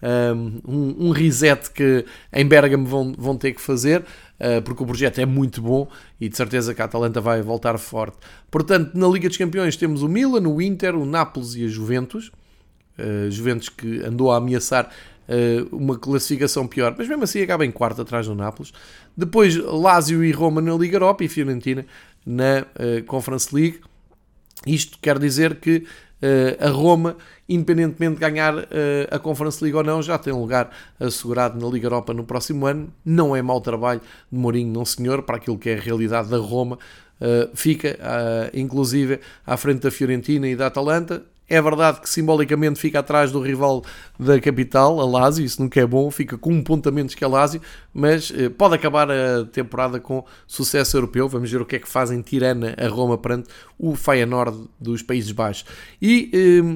um reset que em Bérgamo vão ter que fazer, porque o projeto é muito bom e de certeza que a Atalanta vai voltar forte. Portanto, na Liga dos Campeões temos o Milan, o Inter, o Nápoles e a Juventus. Juventus que andou a ameaçar uma classificação pior, mas mesmo assim acaba em quarto atrás do Nápoles. Depois Lazio e Roma na Liga Europa e Fiorentina na Conference League. Isto quer dizer que a Roma, independentemente de ganhar a Conference League ou não, já tem um lugar assegurado na Liga Europa no próximo ano. Não é mau trabalho de Mourinho, não senhor, para aquilo que é a realidade da Roma. Fica inclusive à frente da Fiorentina e da Atalanta. É verdade que simbolicamente fica atrás do rival da capital, a Lazio, isso nunca é bom, fica com um ponto a menos que a Lazio, mas pode acabar a temporada com sucesso europeu. Vamos ver o que é que fazem Tirana a Roma perante o Feyenoord dos Países Baixos. E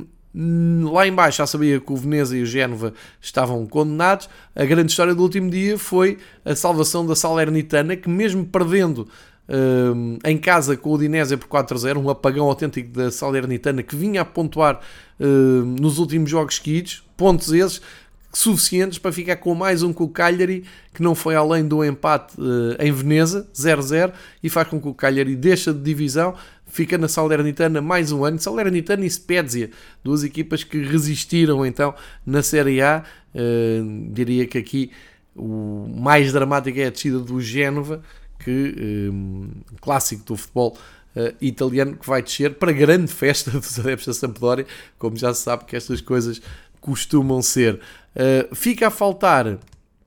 lá em baixo já sabia que o Veneza e o Génova estavam condenados. A grande história do último dia foi a salvação da Salernitana, que mesmo perdendo em casa com o Udinese por 4-0, um apagão autêntico da Salernitana, que vinha a pontuar nos últimos jogos seguidos, pontos esses suficientes para ficar com mais um com o Cagliari, que não foi além do empate em Veneza, 0-0, e faz com que o Cagliari deixe de divisão, fica na Salernitana mais um ano. Salernitana e Spezia, duas equipas que resistiram então na Série A. Diria que aqui o mais dramático é a descida do Génova, que clássico do futebol italiano, que vai descer para grande festa dos adeptos da Sampdoria, como já se sabe que estas coisas costumam ser. Fica a faltar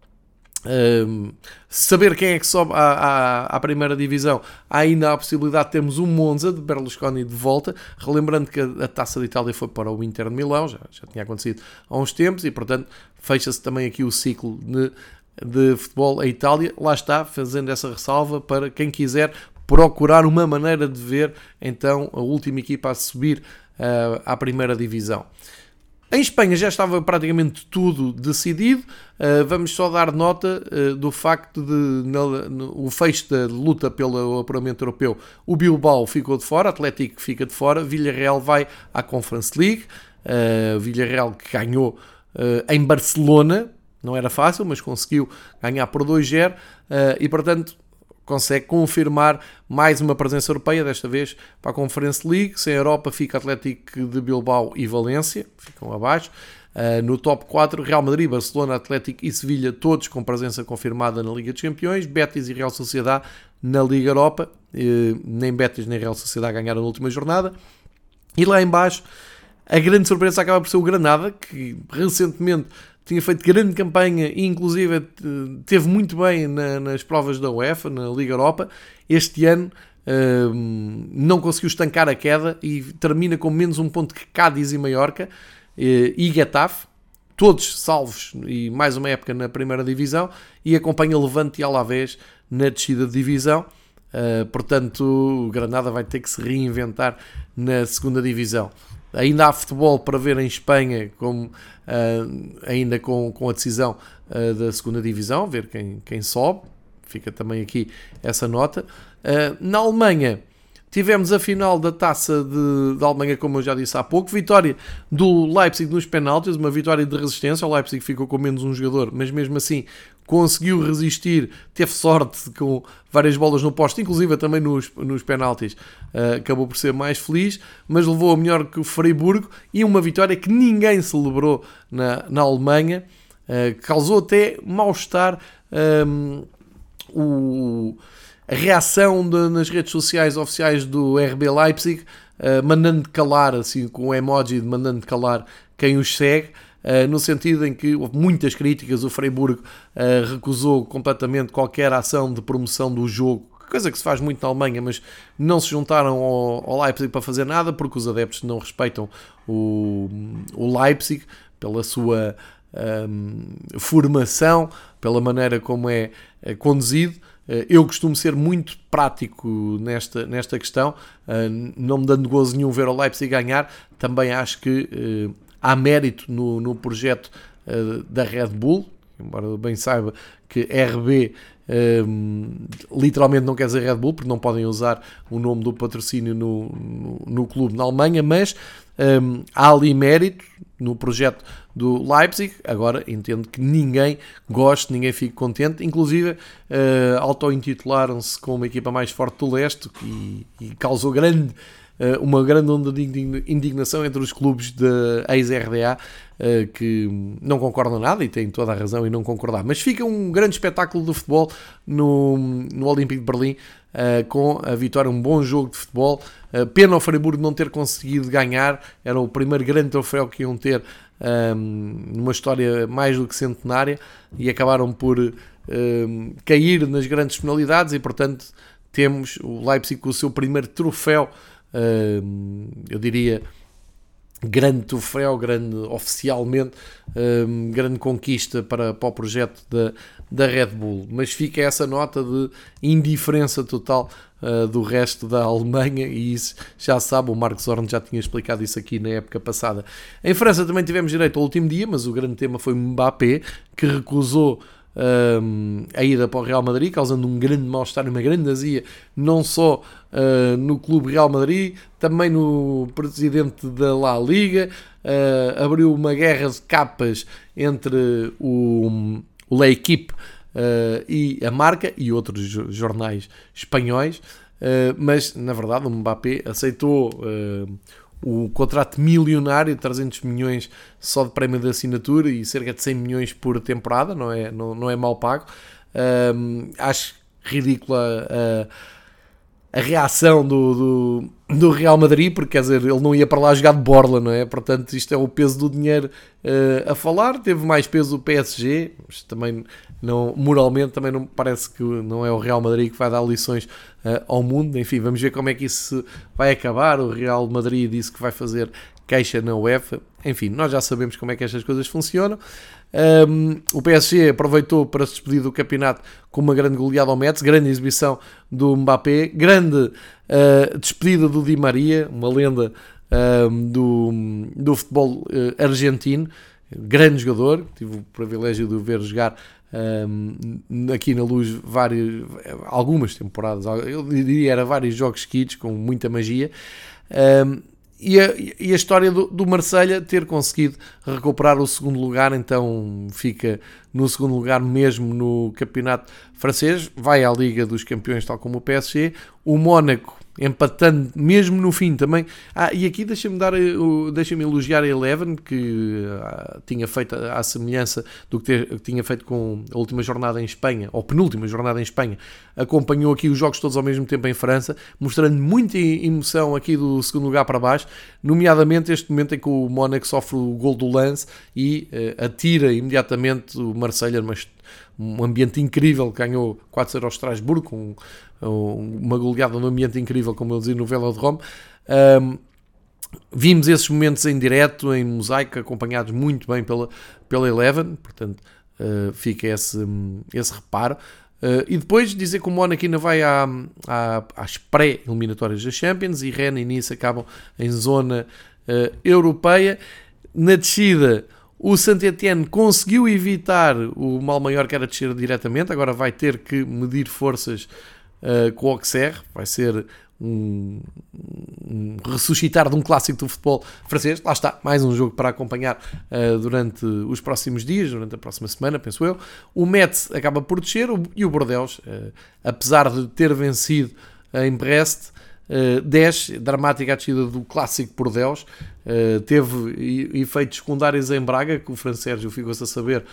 saber quem é que sobe à primeira divisão. Há ainda a possibilidade de termos um Monza de Berlusconi de volta, relembrando que a Taça de Itália foi para o Inter de Milão, já tinha acontecido há uns tempos, e portanto fecha-se também aqui o ciclo de futebol a Itália. Lá está, fazendo essa ressalva para quem quiser procurar uma maneira de ver então a última equipa a subir à primeira divisão. Em Espanha já estava praticamente tudo decidido. Vamos só dar nota do facto de o fecho da luta pelo apuramento europeu, o Bilbao ficou de fora, Atlético fica de fora, Villarreal vai à Conference League, Villarreal que ganhou em Barcelona. Não era fácil, mas conseguiu ganhar por 2-0 e, portanto, consegue confirmar mais uma presença europeia, desta vez para a Conference League. Sem a Europa fica Atlético de Bilbao e Valência, ficam abaixo. No top 4, Real Madrid, Barcelona, Atlético e Sevilha, todos com presença confirmada na Liga dos Campeões. Betis e Real Sociedade na Liga Europa. Nem Betis nem Real Sociedade ganharam na última jornada. E lá em baixo, a grande surpresa acaba por ser o Granada, que recentemente tinha feito grande campanha e inclusive teve muito bem nas provas da UEFA, na Liga Europa. Este ano não conseguiu estancar a queda e termina com menos um ponto que Cádiz e Mallorca e Getafe, todos salvos e mais uma época na primeira divisão, e acompanha Levante e Alavés na descida de divisão. Portanto, o Granada vai ter que se reinventar na segunda divisão. Ainda há futebol para ver em Espanha, ainda com a decisão da segunda divisão, ver quem sobe. Fica também aqui essa nota. Na Alemanha, tivemos a final da Taça da Alemanha, como eu já disse há pouco. Vitória do Leipzig nos penaltis, uma vitória de resistência. O Leipzig ficou com menos um jogador, mas mesmo assim conseguiu resistir. Teve sorte com várias bolas no poste, inclusive também nos penaltis. Acabou por ser mais feliz, mas levou a melhor que o Freiburgo, e uma vitória que ninguém celebrou na Alemanha. Causou até mal-estar a reação nas redes sociais oficiais do RB Leipzig, mandando calar, assim, com o emoji de mandando calar quem os segue, no sentido em que houve muitas críticas. O Freiburgo recusou completamente qualquer ação de promoção do jogo, coisa que se faz muito na Alemanha, mas não se juntaram ao Leipzig para fazer nada, porque os adeptos não respeitam o Leipzig pela sua formação, pela maneira como é conduzido. Eu costumo ser muito prático nesta questão, não me dando gozo nenhum ver o Leipzig ganhar. Também acho que há mérito no projeto da Red Bull, embora bem saiba que RB literalmente não quer dizer Red Bull, porque não podem usar o nome do patrocínio no clube na Alemanha, mas há ali mérito no projeto do Leipzig. Agora entendo que ninguém goste, ninguém fique contente, inclusive auto-intitularam-se como uma equipa mais forte do leste e causou uma grande onda de indignação entre os clubes da ex-RDA, que não concordam nada e têm toda a razão em não concordar. Mas fica um grande espetáculo de futebol no Olympique de Berlim, com a vitória, um bom jogo de futebol. Pena ao Freiburg não ter conseguido ganhar, era o primeiro grande troféu que iam ter numa história mais do que centenária, e acabaram por cair nas grandes penalidades, e portanto temos o Leipzig com o seu primeiro troféu, eu diria grande troféu, grande oficialmente, grande conquista para o projeto da Red Bull. Mas fica essa nota de indiferença total do resto da Alemanha, e isso já se sabe, o Marcos Zorn já tinha explicado isso aqui na época passada. Em França também tivemos direito ao último dia, mas o grande tema foi Mbappé, que recusou a ida para o Real Madrid, causando um grande mal-estar e uma grande azia, não só no clube Real Madrid, também no presidente da La Liga. Abriu uma guerra de capas entre o L'Équipe e a Marca e outros jornais espanhóis, mas na verdade o Mbappé aceitou o contrato milionário, 300 milhões só de prémio de assinatura e cerca de 100 milhões por temporada, não é mal pago. Acho ridícula a reação do Real Madrid, porque quer dizer, ele não ia para lá jogar de borla, não é? Portanto, isto é o peso do dinheiro a falar. Teve mais peso o PSG, mas também não, moralmente também não parece que não é o Real Madrid que vai dar lições ao mundo. Enfim, vamos ver como é que isso vai acabar. O Real Madrid disse que vai fazer queixa na UEFA. Enfim, nós já sabemos como é que estas coisas funcionam. O PSG aproveitou para se despedir do campeonato com uma grande goleada ao Metz, grande exibição do Mbappé, grande despedida do Di Maria, uma lenda do futebol argentino, grande jogador. Tive o privilégio de o ver jogar aqui na Luz algumas temporadas, eu diria era vários jogos seguidos, com muita magia. E a história do Marselha ter conseguido recuperar o segundo lugar, então fica no segundo lugar mesmo no campeonato francês, vai à Liga dos Campeões tal como o PSG. O Mónaco empatando mesmo no fim também. E aqui deixa-me elogiar a Eleven, que tinha feito à semelhança do que tinha feito com a última jornada em Espanha, ou penúltima jornada em Espanha. Acompanhou aqui os jogos todos ao mesmo tempo em França, mostrando muita emoção aqui do segundo lugar para baixo, nomeadamente este momento em que o Mónaco sofre o gol do lance e atira imediatamente o Marselha, mas um ambiente incrível, ganhou 4-0 ao Estrasburgo, com uma goleada num ambiente incrível, como eu dizia, no Velodrome. Vimos esses momentos em direto, em mosaico, acompanhados muito bem pela Eleven, portanto fica esse reparo. E depois dizer que o Mónaco ainda vai às pré-eliminatórias da Champions, e Rennes e Nice acabam em zona europeia. Na descida, o Saint-Étienne conseguiu evitar o mal maior, que era descer diretamente. Agora vai ter que medir forças com o Auxerre. Vai ser um ressuscitar de um clássico do futebol francês. Lá está, mais um jogo para acompanhar durante os próximos dias, durante a próxima semana, penso eu. O Metz acaba por descer, e o Bordeaux, apesar de ter vencido em Brest, desce, dramática a descida do clássico Bordeaux. Teve efeitos secundários em Braga, que o Fran Sérgio ficou-se a saber,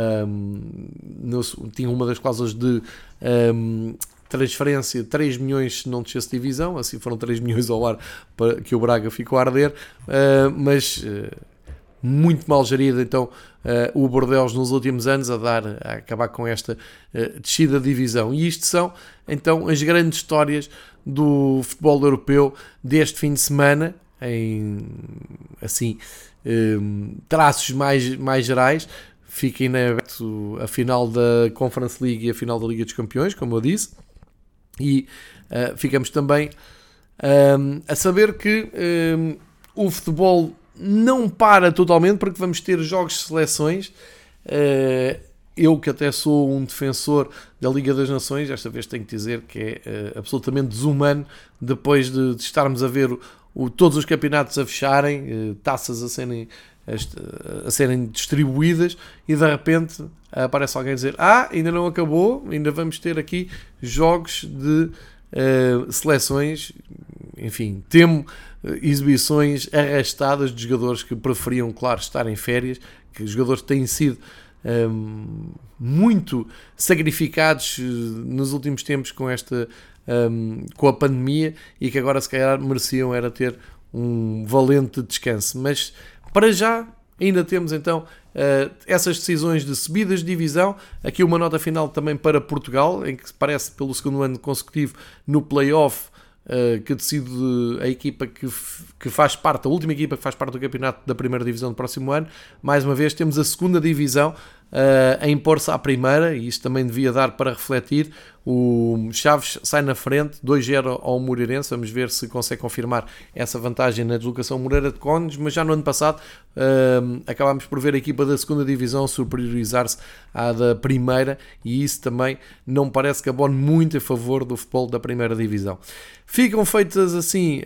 tinha uma das cláusulas de transferência, 3 milhões se não descesse divisão, assim foram 3 milhões ao ar para que o Braga ficou a arder, mas muito mal gerido então o Bordeaux nos últimos anos, a acabar com esta descida de divisão. E isto são então as grandes histórias do futebol europeu deste fim de semana, em assim traços mais gerais. fica ainda aberto a final da Conference League e a final da Liga dos Campeões, como eu disse, e ficamos também a saber que o futebol não para totalmente, porque vamos ter jogos de seleções. Eu que até sou um defensor da Liga das Nações, esta vez tenho que dizer que é absolutamente desumano, depois de estarmos a ver todos os campeonatos a fecharem, taças a serem distribuídas, e de repente aparece alguém a dizer: ainda não acabou, ainda vamos ter aqui jogos de seleções. Enfim, temo exibições arrastadas de jogadores que preferiam, claro, estar em férias, que os jogadores têm sido muito sacrificados nos últimos tempos com a pandemia, e que agora se calhar mereciam era ter um valente descanso. Mas para já ainda temos então essas decisões de subidas de divisão. Aqui uma nota final também para Portugal, em que parece pelo segundo ano consecutivo no play-off que decide a equipa que faz parte, a última equipa que faz parte do campeonato da primeira divisão do próximo ano. Mais uma vez temos a segunda divisão a impor-se à primeira, e isto também devia dar para refletir. O Chaves sai na frente, 2-0 ao Moreirense. Vamos ver se consegue confirmar essa vantagem na deslocação Moreira de Cónegos, mas já no ano passado acabámos por ver a equipa da segunda divisão superiorizar-se à da primeira, e isso também não parece que abone muito a favor do futebol da primeira divisão. Ficam feitas assim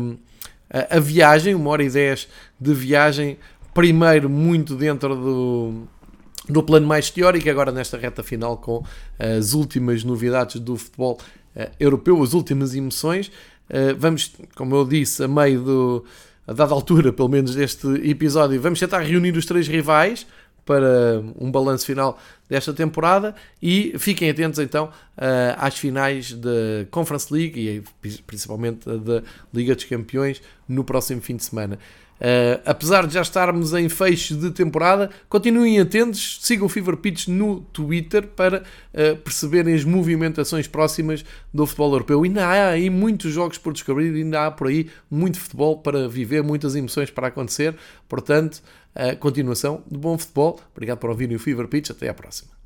a viagem, 1h10 de viagem, primeiro muito dentro do plano mais teórico, agora nesta reta final com as últimas novidades do futebol europeu, as últimas emoções. Vamos, como eu disse, a dada altura, pelo menos deste episódio, vamos tentar reunir os 3 rivais para um balanço final desta temporada, e fiquem atentos então às finais da Conference League e principalmente da Liga dos Campeões no próximo fim de semana. Apesar de já estarmos em fecho de temporada, continuem atentos, sigam o Fever Pitch no Twitter para perceberem as movimentações próximas do futebol europeu. Ainda há aí muitos jogos por descobrir, ainda há por aí muito futebol para viver, muitas emoções para acontecer. Portanto, continuação de bom futebol. Obrigado por ouvirem o Fever Pitch, até à próxima.